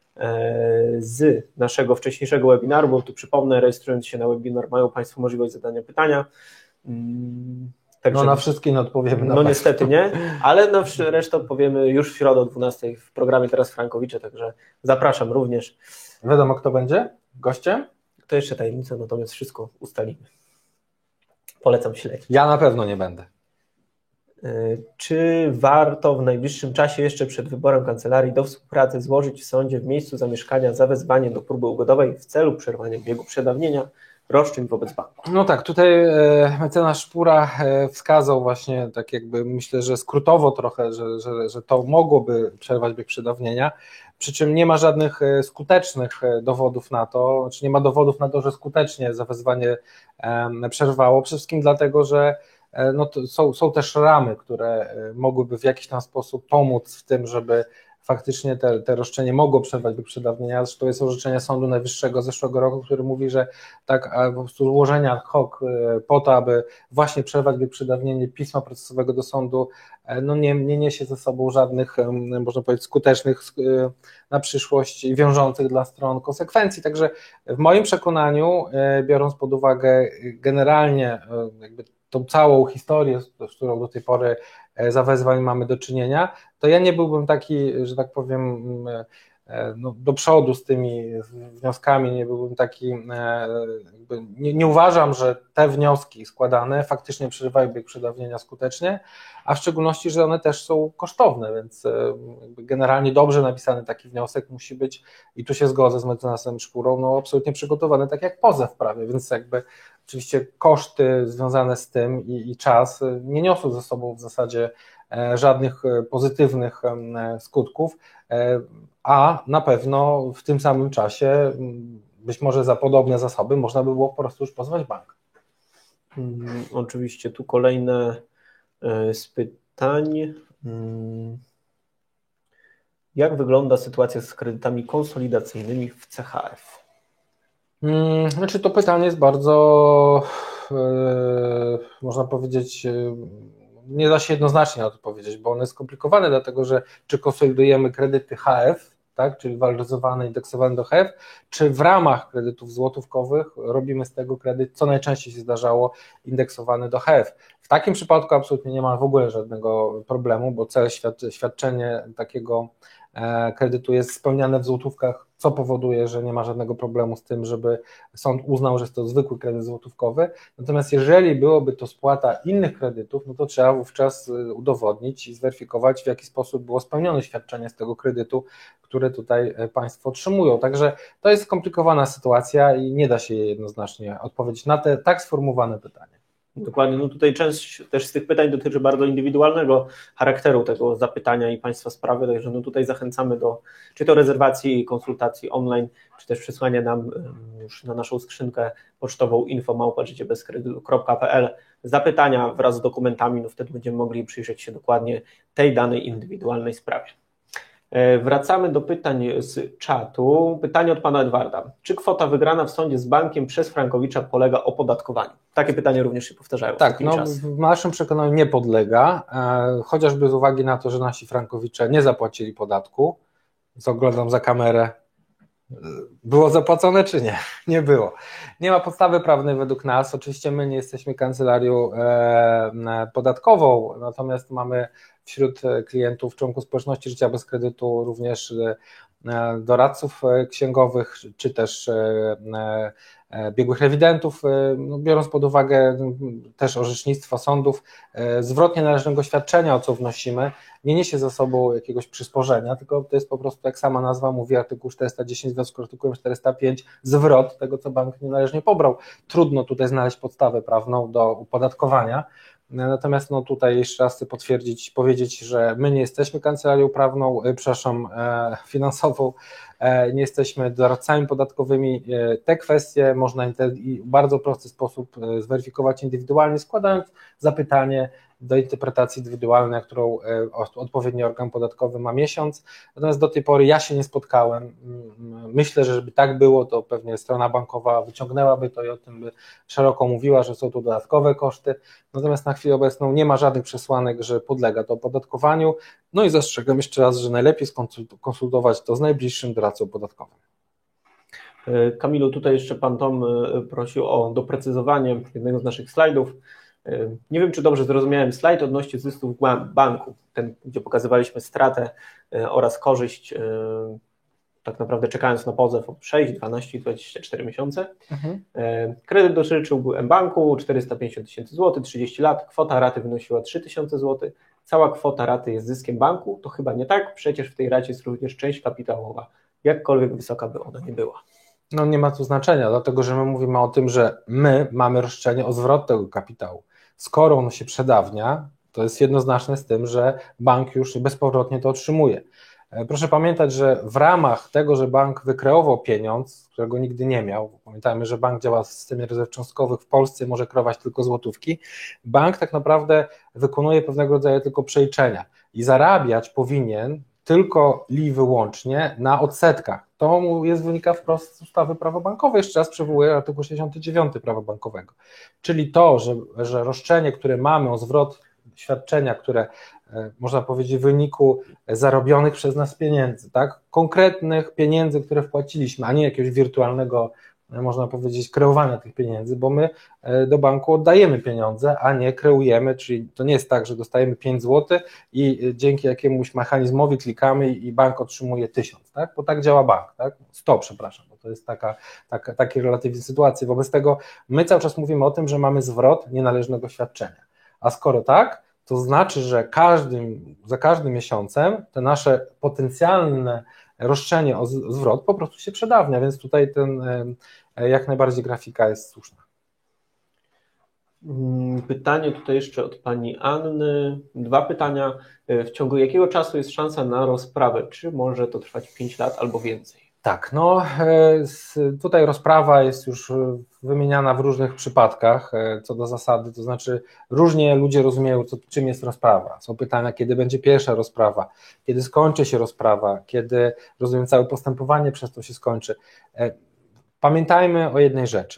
Speaker 1: z naszego wcześniejszego webinaru, bo tu przypomnę, rejestrując się na webinar mają Państwo możliwość zadania pytania. Także,
Speaker 3: no na wszystkie nie odpowiemy.
Speaker 1: No niestety nie, ale na resztę odpowiemy już w środę o 12 w programie Teraz Frankowicze, także zapraszam również.
Speaker 3: Wiadomo, kto będzie gościem?
Speaker 1: To jeszcze tajemnica, natomiast wszystko ustalimy. Polecam śledzić.
Speaker 3: Ja na pewno nie będę.
Speaker 1: Czy warto w najbliższym czasie jeszcze przed wyborem kancelarii do współpracy złożyć w sądzie w miejscu zamieszkania zawezwanie do próby ugodowej w celu przerwania biegu przedawnienia roszczeń wobec banku?
Speaker 3: No tak, tutaj mecenas Szpura wskazał właśnie tak jakby myślę, że skrótowo trochę, że to mogłoby przerwać bieg przedawnienia, przy czym nie ma żadnych skutecznych dowodów na to, znaczy nie ma dowodów na to, że skutecznie zawezwanie przerwało, przede wszystkim dlatego, że no to są też ramy, które mogłyby w jakiś tam sposób pomóc w tym, żeby faktycznie te roszczenie mogło przerwać bieg przedawnienia. Zresztą jest orzeczenie Sądu Najwyższego z zeszłego roku, który mówi, że tak po prostu złożenie ad hoc po to, aby właśnie przerwać bieg przedawnienia pisma procesowego do sądu, no nie niesie ze sobą żadnych, można powiedzieć, skutecznych na przyszłość i wiążących dla stron konsekwencji. Także w moim przekonaniu, biorąc pod uwagę generalnie jakby tą całą historię, z którą do tej pory zawezwań mamy do czynienia, to ja nie byłbym taki, że tak powiem, no, do przodu z tymi wnioskami, nie byłbym taki, nie uważam, że te wnioski składane faktycznie przerywają bieg przedawnienia skutecznie, a w szczególności, że one też są kosztowne, więc generalnie dobrze napisany taki wniosek musi być, i tu się zgodzę z mecenasem Szpurą, no absolutnie przygotowany tak jak pozew prawie, więc jakby oczywiście koszty związane z tym i czas nie niosą ze sobą w zasadzie żadnych pozytywnych skutków, a na pewno w tym samym czasie być może za podobne zasoby można by było po prostu już pozwać bank.
Speaker 1: Oczywiście tu kolejne z pytań. Jak wygląda sytuacja z kredytami konsolidacyjnymi w CHF?
Speaker 3: Znaczy to pytanie jest bardzo, można powiedzieć, nie da się jednoznacznie na to powiedzieć, bo ono jest skomplikowane, dlatego że czy konsolidujemy kredyty HF, tak, czyli waloryzowane, indeksowane do HF, czy w ramach kredytów złotówkowych robimy z tego kredyt, co najczęściej się zdarzało, indeksowany do HF. W takim przypadku absolutnie nie ma w ogóle żadnego problemu, bo całe świadczenie takiego kredytu jest spełniane w złotówkach, co powoduje, że nie ma żadnego problemu z tym, żeby sąd uznał, że jest to zwykły kredyt złotówkowy. Natomiast jeżeli byłoby to spłata innych kredytów, no to trzeba wówczas udowodnić i zweryfikować, w jaki sposób było spełnione świadczenie z tego kredytu, które tutaj Państwo otrzymują. Także to jest skomplikowana sytuacja i nie da się jej jednoznacznie odpowiedzieć na te tak sformułowane pytanie.
Speaker 1: Dokładnie, no tutaj część też z tych pytań dotyczy bardzo indywidualnego charakteru tego zapytania i Państwa sprawy, także no tutaj zachęcamy do czy to rezerwacji i konsultacji online, czy też przesłania nam już na naszą skrzynkę pocztową info@życiebezkredytu.pl zapytania wraz z dokumentami, no wtedy będziemy mogli przyjrzeć się dokładnie tej danej indywidualnej sprawie. Wracamy do pytań z czatu. Pytanie od pana Edwarda. Czy kwota wygrana w sądzie z bankiem przez Frankowicza podlega opodatkowaniu? Takie pytania również się powtarzają.
Speaker 3: Tak, no, w naszym przekonaniu nie podlega, chociażby z uwagi na to, że nasi Frankowicze nie zapłacili podatku. Oglądam za kamerę. Było zapłacone czy nie? Nie było. Nie ma podstawy prawnej według nas. Oczywiście my nie jesteśmy kancelarią podatkową, natomiast mamy wśród klientów, członków społeczności Życia bez Kredytu również doradców księgowych, czy też biegłych rewidentów, no biorąc pod uwagę też orzecznictwa sądów, zwrot nienależnego świadczenia, o co wnosimy, nie niesie za sobą jakiegoś przysporzenia, tylko to jest po prostu, jak sama nazwa mówi, artykuł 410 w związku z artykułem 405, zwrot tego, co bank nienależnie pobrał. Trudno tutaj znaleźć podstawę prawną do opodatkowania. Natomiast no tutaj jeszcze raz chcę powiedzieć, że my nie jesteśmy kancelarią prawną, finansową, nie jesteśmy doradcami podatkowymi. Te kwestie można w bardzo prosty sposób zweryfikować indywidualnie, składając zapytanie do interpretacji indywidualnej, którą odpowiedni organ podatkowy ma miesiąc. Natomiast do tej pory ja się nie spotkałem. Myślę, że żeby tak było, to pewnie strona bankowa wyciągnęłaby to i o tym by szeroko mówiła, że są tu dodatkowe koszty. Natomiast na chwilę obecną nie ma żadnych przesłanek, że podlega to opodatkowaniu. No i zastrzegam jeszcze raz, że najlepiej skonsultować to z najbliższym doradcą podatkowym.
Speaker 1: Kamilu, tutaj jeszcze pan Tom prosił o doprecyzowanie jednego z naszych slajdów. Nie wiem, czy dobrze zrozumiałem slajd odnośnie zysków banku, ten, gdzie pokazywaliśmy stratę oraz korzyść, tak naprawdę czekając na pozew o 6, 12 i 24 miesiące. Kredyt dotyczył mBanku, 450 tysięcy złotych, 30 lat, kwota raty wynosiła 3000 złotych, cała kwota raty jest zyskiem banku, to chyba nie tak, przecież w tej racie jest również część kapitałowa, jakkolwiek wysoka by ona nie była.
Speaker 3: No nie ma tu znaczenia, dlatego że my mówimy o tym, że my mamy roszczenie o zwrot tego kapitału. Skoro ono się przedawnia, to jest jednoznaczne z tym, że bank już bezpowrotnie to otrzymuje. Proszę pamiętać, że w ramach tego, że bank wykreował pieniądz, którego nigdy nie miał, pamiętajmy, że bank działa w systemie rezerw cząstkowych, w Polsce może kreować tylko złotówki, bank tak naprawdę wykonuje pewnego rodzaju tylko przeliczenia i zarabiać powinien tylko i wyłącznie na odsetkach. To wynika wprost z ustawy prawa bankowe. Jeszcze raz przywołuję artykuł 69 prawa bankowego. Czyli to, że roszczenie, które mamy o zwrot świadczenia, które można powiedzieć w wyniku zarobionych przez nas pieniędzy, tak? Konkretnych pieniędzy, które wpłaciliśmy, a nie jakiegoś wirtualnego, można powiedzieć, kreowania tych pieniędzy, bo my do banku oddajemy pieniądze, a nie kreujemy, czyli to nie jest tak, że dostajemy 5 zł i dzięki jakiemuś mechanizmowi klikamy i bank otrzymuje 1000, tak? Bo tak działa bank, tak? 100, przepraszam, bo to jest takie relatywne sytuacje. Wobec tego my cały czas mówimy o tym, że mamy zwrot nienależnego świadczenia, a skoro tak, to znaczy, że za każdym miesiącem te nasze potencjalne roszczenie o zwrot po prostu się przedawnia, więc tutaj jak najbardziej grafika jest słuszna.
Speaker 1: Pytanie tutaj jeszcze od pani Anny. 2 pytania. W ciągu jakiego czasu jest szansa na rozprawę? Czy może to trwać 5 lat albo więcej?
Speaker 3: Tak, no tutaj rozprawa jest już wymieniana w różnych przypadkach co do zasady, to znaczy różnie ludzie rozumieją, czym jest rozprawa. Są pytania, kiedy będzie pierwsza rozprawa, kiedy skończy się rozprawa, kiedy, rozumiem, całe postępowanie przez to się skończy. Pamiętajmy o jednej rzeczy.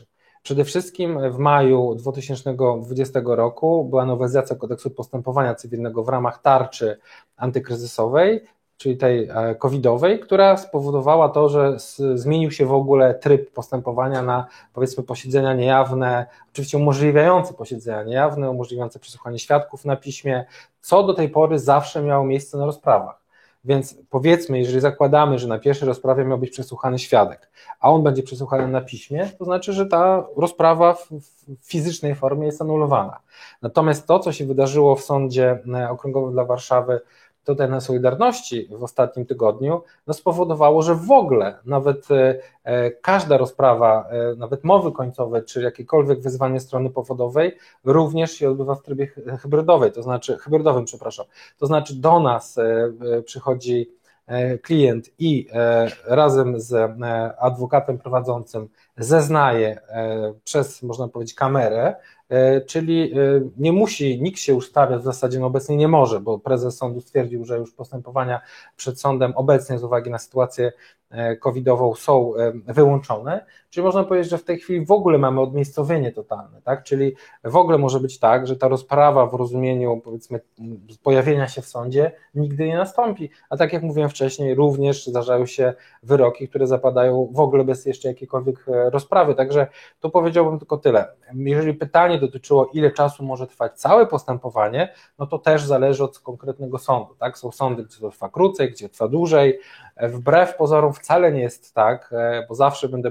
Speaker 3: Przede wszystkim w maju 2020 roku była nowelizacja kodeksu postępowania cywilnego w ramach tarczy antykryzysowej, czyli tej covidowej, która spowodowała to, że zmienił się w ogóle tryb postępowania na, powiedzmy, posiedzenia niejawne, oczywiście umożliwiające posiedzenia niejawne, umożliwiające przesłuchanie świadków na piśmie, co do tej pory zawsze miało miejsce na rozprawach. Więc powiedzmy, jeżeli zakładamy, że na pierwszej rozprawie miał być przesłuchany świadek, a on będzie przesłuchany na piśmie, to znaczy, że ta rozprawa w fizycznej formie jest anulowana. Natomiast to, co się wydarzyło w Sądzie Okręgowym dla Warszawy tutaj na Solidarności w ostatnim tygodniu, no spowodowało, że w ogóle nawet każda rozprawa, nawet mowy końcowe, czy jakiekolwiek wezwanie strony powodowej również się odbywa w trybie hybrydowym, to znaczy do nas przychodzi klient i razem z adwokatem prowadzącym zeznaje przez, można powiedzieć, kamerę, czyli nie musi nikt się ustawiać, w zasadzie no obecnie nie może, bo prezes sądu stwierdził, że już postępowania przed sądem obecnie z uwagi na sytuację covidową są wyłączone, czyli można powiedzieć, że w tej chwili w ogóle mamy odmiejscowienie totalne, tak? Czyli w ogóle może być tak, że ta rozprawa w rozumieniu, powiedzmy, pojawienia się w sądzie nigdy nie nastąpi, a tak jak mówiłem wcześniej, również zdarzają się wyroki, które zapadają w ogóle bez jeszcze jakiejkolwiek rozprawy, także tu powiedziałbym tylko tyle. Jeżeli pytanie dotyczyło, ile czasu może trwać całe postępowanie, no to też zależy od konkretnego sądu, tak? Są sądy, gdzie to trwa krócej, gdzie trwa dłużej, wbrew pozorom wcale nie jest tak, bo zawsze będę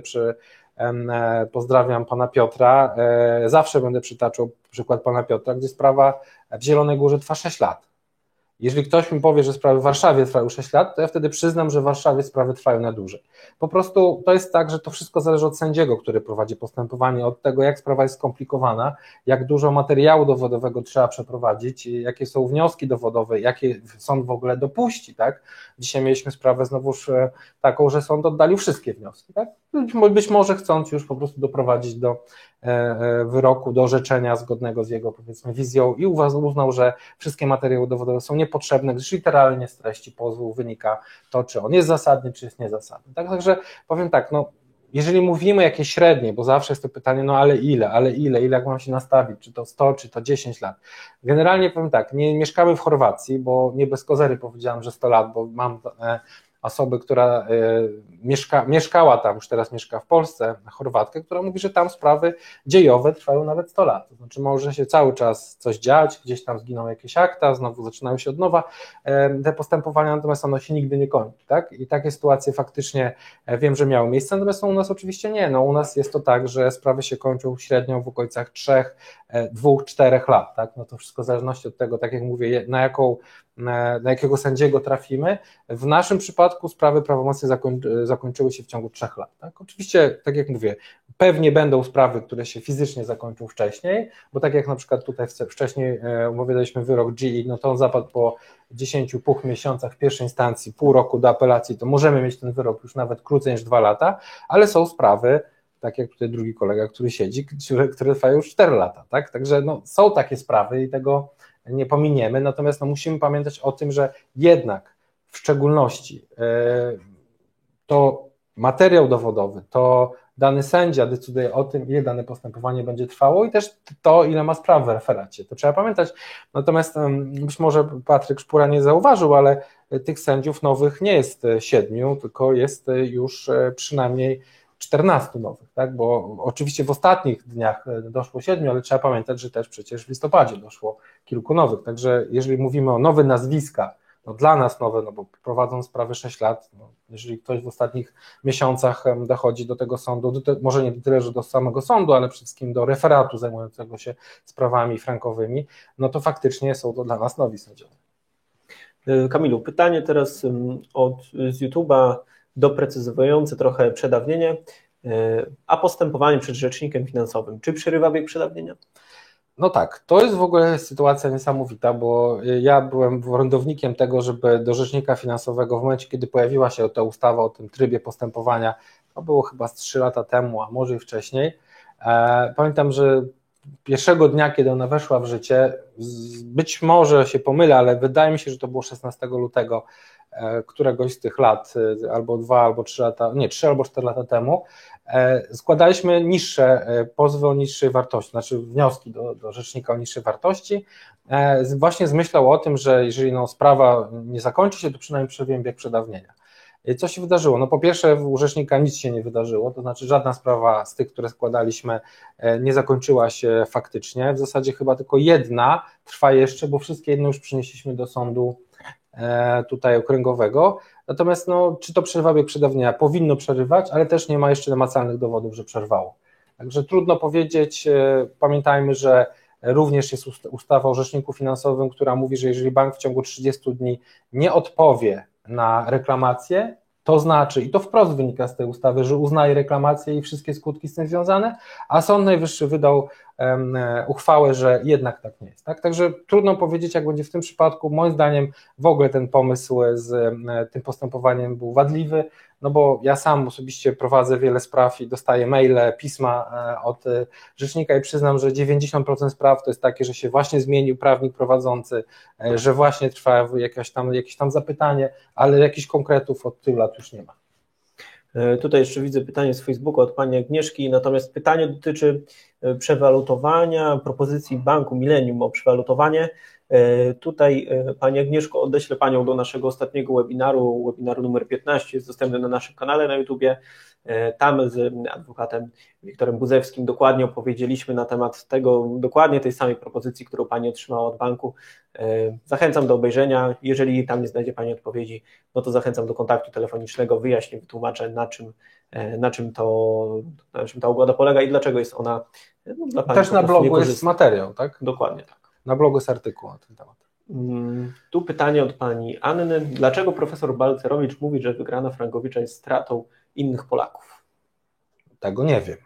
Speaker 3: pozdrawiam pana Piotra, zawsze będę przytaczał przykład pana Piotra, gdzie sprawa w Zielonej Górze trwa 6 lat. Jeżeli ktoś mi powie, że sprawy w Warszawie trwają 6 lat, to ja wtedy przyznam, że w Warszawie sprawy trwają na dłużej. Po prostu to jest tak, że to wszystko zależy od sędziego, który prowadzi postępowanie, od tego, jak sprawa jest skomplikowana, jak dużo materiału dowodowego trzeba przeprowadzić, jakie są wnioski dowodowe, jakie sąd w ogóle dopuści, tak? Dzisiaj mieliśmy sprawę znowuż taką, że sąd oddalił wszystkie wnioski, tak? Być może chcąc już po prostu doprowadzić do wyroku, do orzeczenia zgodnego z jego, powiedzmy, wizją i uznał, że wszystkie materiały dowodowe są niepotrzebne, gdyż literalnie z treści pozwu wynika to, czy on jest zasadny, czy jest niezasadny. Tak? Także powiem tak, no, jeżeli mówimy jakieś średnie, bo zawsze jest to pytanie, no ale ile jak mam się nastawić, czy to 100, czy to 10 lat. Generalnie powiem tak, nie mieszkamy w Chorwacji, bo nie bez kozery powiedziałem, że 100 lat, bo mam osoby, która mieszkała tam, już teraz mieszka w Polsce, Chorwatkę, która mówi, że tam sprawy dziejowe trwają nawet 100 lat. To znaczy może się cały czas coś dziać, gdzieś tam zginą jakieś akta, znowu zaczynają się od nowa te postępowania, natomiast ono się nigdy nie kończy. Tak? I takie sytuacje faktycznie wiem, że miały miejsce, natomiast u nas oczywiście nie. No, u nas jest to tak, że sprawy się kończą średnio w okolicach 3, 2, 4 lat. Tak? No to wszystko w zależności od tego, tak jak mówię, na jakiego sędziego trafimy. W naszym przypadku sprawy prawomocnie zakończyły się w ciągu 3 lat. Tak? Oczywiście, tak jak mówię, pewnie będą sprawy, które się fizycznie zakończą wcześniej, bo tak jak na przykład tutaj wcześniej omawialiśmy wyrok GE, no to on zapadł po 10,5 miesiącach w pierwszej instancji, pół roku do apelacji, to możemy mieć ten wyrok już nawet krócej niż 2 lata, ale są sprawy, tak jak tutaj drugi kolega, który siedzi, które trwają już 4 lata. Tak? Także no, są takie sprawy i tego nie pominiemy, natomiast no, musimy pamiętać o tym, że jednak w szczególności to materiał dowodowy, to dany sędzia decyduje o tym, ile dane postępowanie będzie trwało i też to, ile ma spraw w referacie. To trzeba pamiętać. Natomiast być może Patryk Szpura nie zauważył, ale tych sędziów nowych nie jest 7, tylko jest już przynajmniej 14 nowych, tak? Bo oczywiście w ostatnich dniach doszło 7, ale trzeba pamiętać, że też przecież w listopadzie doszło kilku nowych, także jeżeli mówimy o nowych nazwiskach, no dla nas nowe, no bo prowadzą sprawy 6 lat, no jeżeli ktoś w ostatnich miesiącach dochodzi do tego sądu, może nie tyle, że do samego sądu, ale przede wszystkim do referatu zajmującego się sprawami frankowymi, no to faktycznie są to dla nas nowi sędziowie.
Speaker 1: Kamilu, pytanie teraz z YouTube'a, doprecyzowujące trochę przedawnienie, a postępowanie przed rzecznikiem finansowym, czy przerywa bieg przedawnienia?
Speaker 3: No tak, to jest w ogóle sytuacja niesamowita, bo ja byłem orędownikiem tego, żeby do rzecznika finansowego w momencie, kiedy pojawiła się ta ustawa o tym trybie postępowania, to było chyba z 3 lata temu, a może i wcześniej, pamiętam, że pierwszego dnia, kiedy ona weszła w życie, być może się pomylę, ale wydaje mi się, że to było 16 lutego któregoś z tych lat, albo 2, albo 3 lata, nie, 3 albo 4 lata temu, składaliśmy niższe pozwy o niższej wartości, znaczy wnioski do rzecznika o niższej wartości, właśnie z myślą o tym, że jeżeli sprawa nie zakończy się, to przynajmniej przewijem bieg przedawnienia. Co się wydarzyło? No po pierwsze u rzecznika nic się nie wydarzyło, to znaczy żadna sprawa z tych, które składaliśmy, nie zakończyła się faktycznie, w zasadzie chyba tylko jedna trwa jeszcze, bo wszystkie jedno już przynieśliśmy do sądu tutaj okręgowego, natomiast czy to przerwa bieg przedawnienia? Powinno przerywać, ale też nie ma jeszcze namacalnych dowodów, że przerwało. Także trudno powiedzieć, pamiętajmy, że również jest ustawa o rzeczniku finansowym, która mówi, że jeżeli bank w ciągu 30 dni nie odpowie na reklamację, to znaczy, i to wprost wynika z tej ustawy, że uznaje reklamację i wszystkie skutki z tym związane, a Sąd Najwyższy wydał uchwałę, że jednak tak nie jest. Tak? Także trudno powiedzieć, jak będzie w tym przypadku. Moim zdaniem w ogóle ten pomysł z tym postępowaniem był wadliwy, bo ja sam osobiście prowadzę wiele spraw i dostaję maile, pisma od rzecznika i przyznam, że 90% spraw to jest takie, że się właśnie zmienił prawnik prowadzący, że właśnie trwa jakieś tam zapytanie, ale jakichś konkretów od tylu lat już nie ma.
Speaker 1: Tutaj jeszcze widzę pytanie z Facebooka od pani Agnieszki, natomiast pytanie dotyczy przewalutowania, propozycji Banku Millennium o przewalutowanie. Tutaj pani Agnieszko, odeślę panią do naszego ostatniego webinaru numer 15, jest dostępny na naszym kanale na YouTubie. Tam z adwokatem Wiktorem Buzewskim dokładnie opowiedzieliśmy na temat dokładnie tej samej propozycji, którą pani otrzymała od banku. Zachęcam do obejrzenia, jeżeli tam nie znajdzie pani odpowiedzi, no to zachęcam do kontaktu telefonicznego, wyjaśnię, wytłumaczę na czym ta ugoda polega i dlaczego jest ona dla pani
Speaker 3: też na blogu jest materiał, tak?
Speaker 1: Dokładnie tak.
Speaker 3: Na blogu jest artykuł na ten temat.
Speaker 1: Tu pytanie od pani Anny. Dlaczego profesor Balcerowicz mówi, że wygrana Frankowicza jest stratą innych Polaków?
Speaker 3: Tego nie wiem.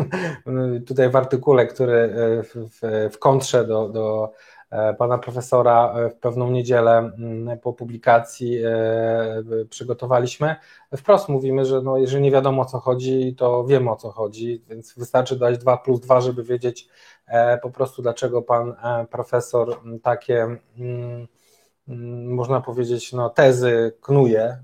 Speaker 3: Tutaj w artykule, który w kontrze do pana profesora w pewną niedzielę po publikacji przygotowaliśmy, wprost mówimy, że jeżeli nie wiadomo o co chodzi, to wiemy o co chodzi, więc wystarczy dać 2+2, żeby wiedzieć po prostu dlaczego pan profesor takie, można powiedzieć, tezy knuje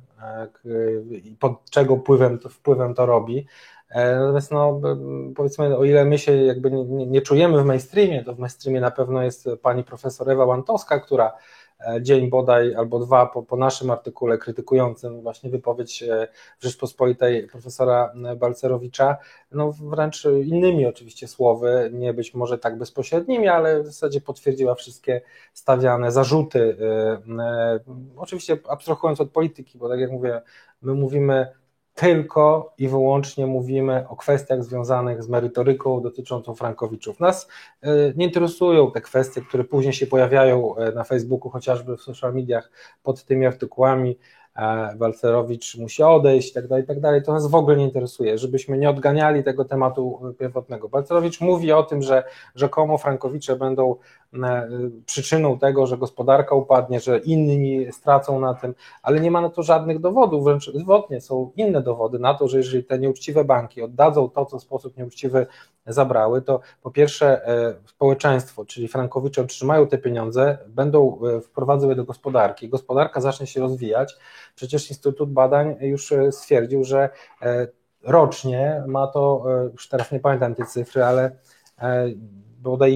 Speaker 3: i pod czego wpływem to robi. Natomiast powiedzmy, o ile my się jakby nie czujemy w mainstreamie, to w mainstreamie na pewno jest pani profesor Ewa Łantowska, która dzień bodaj albo 2 po naszym artykule krytykującym właśnie wypowiedź w Rzeczpospolitej profesora Balcerowicza, wręcz innymi oczywiście słowy, nie być może tak bezpośrednimi, ale w zasadzie potwierdziła wszystkie stawiane zarzuty, oczywiście abstrahując od polityki, bo tak jak mówię, my mówimy tylko i wyłącznie mówimy o kwestiach związanych z merytoryką dotyczącą Frankowiczów. Nas nie interesują te kwestie, które później się pojawiają na Facebooku, chociażby w social mediach pod tymi artykułami, Balcerowicz musi odejść i tak dalej, to nas w ogóle nie interesuje, żebyśmy nie odganiali tego tematu pierwotnego. Balcerowicz mówi o tym, że rzekomo Frankowicze będą przyczyną tego, że gospodarka upadnie, że inni stracą na tym, ale nie ma na to żadnych dowodów, wręcz odwrotnie, są inne dowody na to, że jeżeli te nieuczciwe banki oddadzą to, co w sposób nieuczciwy zabrały, to po pierwsze społeczeństwo, czyli Frankowicze otrzymają te pieniądze, będą wprowadzać je do gospodarki, gospodarka zacznie się rozwijać. Przecież Instytut Badań już stwierdził, że rocznie ma to, już teraz nie pamiętam tej cyfry, ale bodaj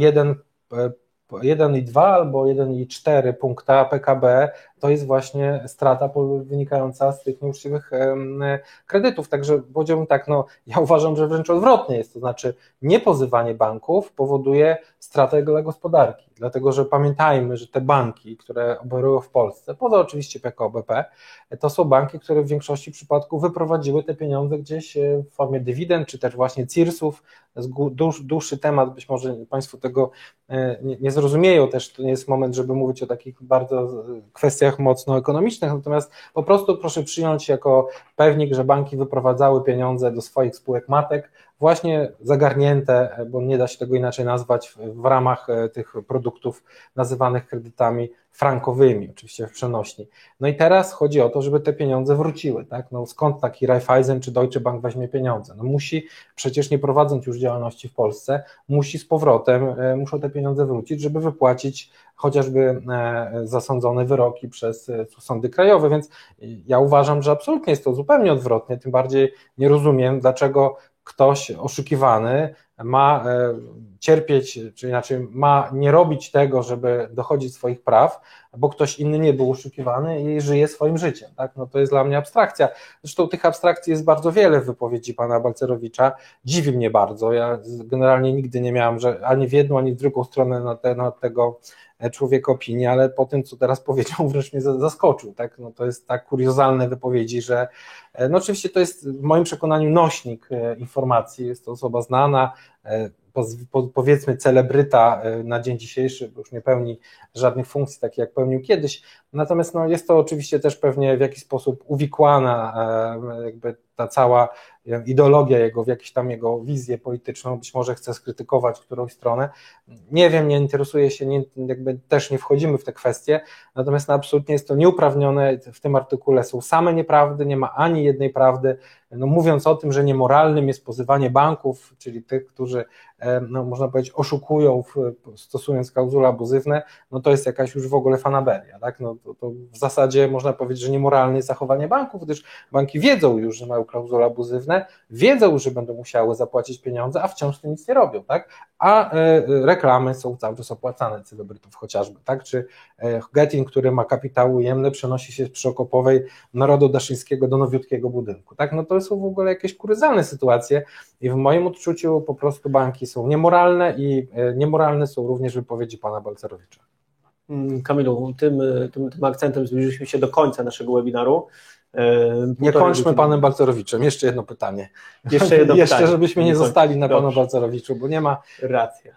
Speaker 3: 1,2 albo 1,4 punkta PKB to jest właśnie strata wynikająca z tych nieuczciwych kredytów. Także powiedziałbym tak, ja uważam, że wręcz odwrotnie jest, to znaczy niepozywanie banków powoduje stratę dla gospodarki, dlatego że pamiętajmy, że te banki, które operują w Polsce, poza oczywiście PKO BP, to są banki, które w większości przypadków wyprowadziły te pieniądze gdzieś w formie dywidend, czy też właśnie CIRS-ów, dłuższy temat, być może Państwo tego nie zrozumieją, też to nie jest moment, żeby mówić o takich bardzo kwestiach mocno ekonomicznych, natomiast po prostu proszę przyjąć jako pewnik, że banki wyprowadzały pieniądze do swoich spółek matek właśnie zagarnięte, bo nie da się tego inaczej nazwać, w ramach tych produktów nazywanych kredytami frankowymi, oczywiście w przenośni. No i teraz chodzi o to, żeby te pieniądze wróciły, tak? No skąd taki Raiffeisen czy Deutsche Bank weźmie pieniądze? No musi, przecież nie prowadząc już działalności w Polsce, musi z powrotem, muszą te pieniądze wrócić, żeby wypłacić chociażby zasądzone wyroki przez sądy krajowe, więc ja uważam, że absolutnie jest to zupełnie odwrotnie, tym bardziej nie rozumiem, dlaczego ktoś oszukiwany ma cierpieć, czy inaczej ma nie robić tego, żeby dochodzić swoich praw, bo ktoś inny nie był oszukiwany i żyje swoim życiem. Tak? No to jest dla mnie abstrakcja. Zresztą tych abstrakcji jest bardzo wiele w wypowiedzi pana Balcerowicza. Dziwi mnie bardzo. Ja generalnie nigdy nie miałem ani w jedną, ani w drugą stronę na tego człowieka opinii, ale po tym, co teraz powiedział, wręcz mnie zaskoczył. Tak? No to jest tak kuriozalne wypowiedzi, że no oczywiście to jest w moim przekonaniu nośnik informacji, jest to osoba znana, powiedzmy celebryta na dzień dzisiejszy, bo już nie pełni żadnych funkcji takich jak pełnił kiedyś, natomiast no, jest to oczywiście też pewnie w jakiś sposób uwikłana jakby ta cała ideologia jego, w jakąś tam jego wizję polityczną, być może chce skrytykować którąś stronę, nie wiem, nie interesuje się, jakby też nie wchodzimy w te kwestie, natomiast no, absolutnie jest to nieuprawnione, w tym artykule są same nieprawdy, nie ma ani jednej prawdy, no, mówiąc o tym, że niemoralnym jest pozywanie banków, czyli tych, którzy no, można powiedzieć oszukują stosując klauzule abuzywne, no to jest jakaś już w ogóle fanaberia, tak? No, to w zasadzie można powiedzieć, że niemoralne jest zachowanie banków, gdyż banki wiedzą już, że mają klauzule abuzywne, wiedzą, że będą musiały zapłacić pieniądze, a wciąż to nic nie robią, tak? A reklamy są cały czas opłacane celebrytów chociażby, tak? Czy Getin, który ma kapitały ujemne, przenosi się z Przokopowej Narodu Daszyńskiego do nowiutkiego budynku, tak? No to są w ogóle jakieś kuryzalne sytuacje i w moim odczuciu po prostu banki są niemoralne i niemoralne są również wypowiedzi pana Balcerowicza.
Speaker 1: Kamilu, tym akcentem zbliżyliśmy się do końca naszego webinaru.
Speaker 3: Nie kończmy panem Balcerowiczem. Jeszcze jedno pytanie.
Speaker 1: Jeszcze
Speaker 3: żebyśmy nie zostali na panu Balcerowiczu, bo nie ma...
Speaker 1: Racja.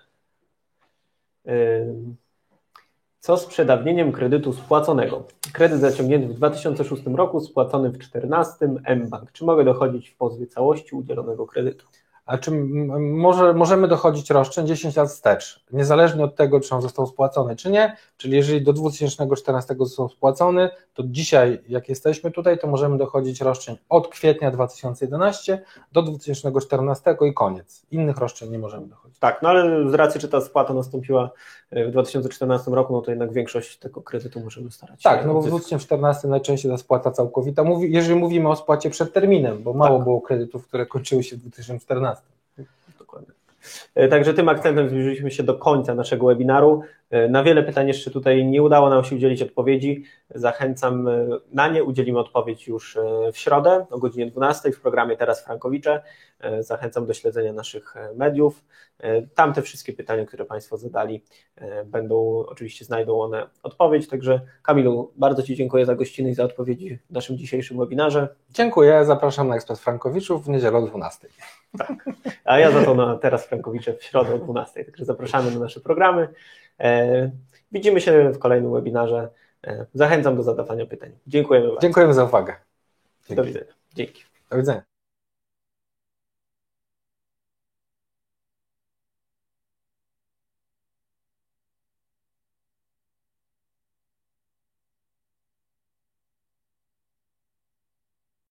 Speaker 1: Co z przedawnieniem kredytu spłaconego? Kredyt zaciągnięty w 2006 roku, spłacony w 2014, mBank. Czy mogę dochodzić w pozwie całości udzielonego kredytu?
Speaker 3: A czy możemy dochodzić roszczeń 10 lat wstecz, niezależnie od tego, czy on został spłacony, czy nie, czyli jeżeli do 2014 został spłacony, to dzisiaj, jak jesteśmy tutaj, to możemy dochodzić roszczeń od kwietnia 2011 do 2014 i koniec. Innych roszczeń nie możemy dochodzić.
Speaker 1: Tak, no ale z racji, że ta spłata nastąpiła w 2014 roku, no to jednak większość tego kredytu możemy starać się.
Speaker 3: Tak, no bo w 2014 najczęściej ta spłata całkowita, jeżeli mówimy o spłacie przed terminem, bo mało było kredytów, które kończyły się w 2014.
Speaker 1: Dokładnie. Także tym akcentem zbliżyliśmy się do końca naszego webinaru. Na wiele pytań jeszcze tutaj nie udało nam się udzielić odpowiedzi. Zachęcam, na nie udzielimy odpowiedź już w środę o godzinie 12 w programie Teraz Frankowicze. Zachęcam do śledzenia naszych mediów. Tam te wszystkie pytania, które Państwo zadali, oczywiście znajdą one odpowiedź. Także Kamilu, bardzo Ci dziękuję za gościnę i za odpowiedzi w naszym dzisiejszym webinarze.
Speaker 3: Dziękuję, zapraszam na Ekspres Frankowiczów w niedzielę o 12.
Speaker 1: Tak, a ja za to na Teraz Frankowicze w środę o 12. Także zapraszamy na nasze programy. Widzimy się w kolejnym webinarze. Zachęcam do zadawania pytań. Dziękujemy bardzo.
Speaker 3: Dziękujemy za uwagę.
Speaker 1: Do widzenia. Dzięki.
Speaker 3: Do widzenia.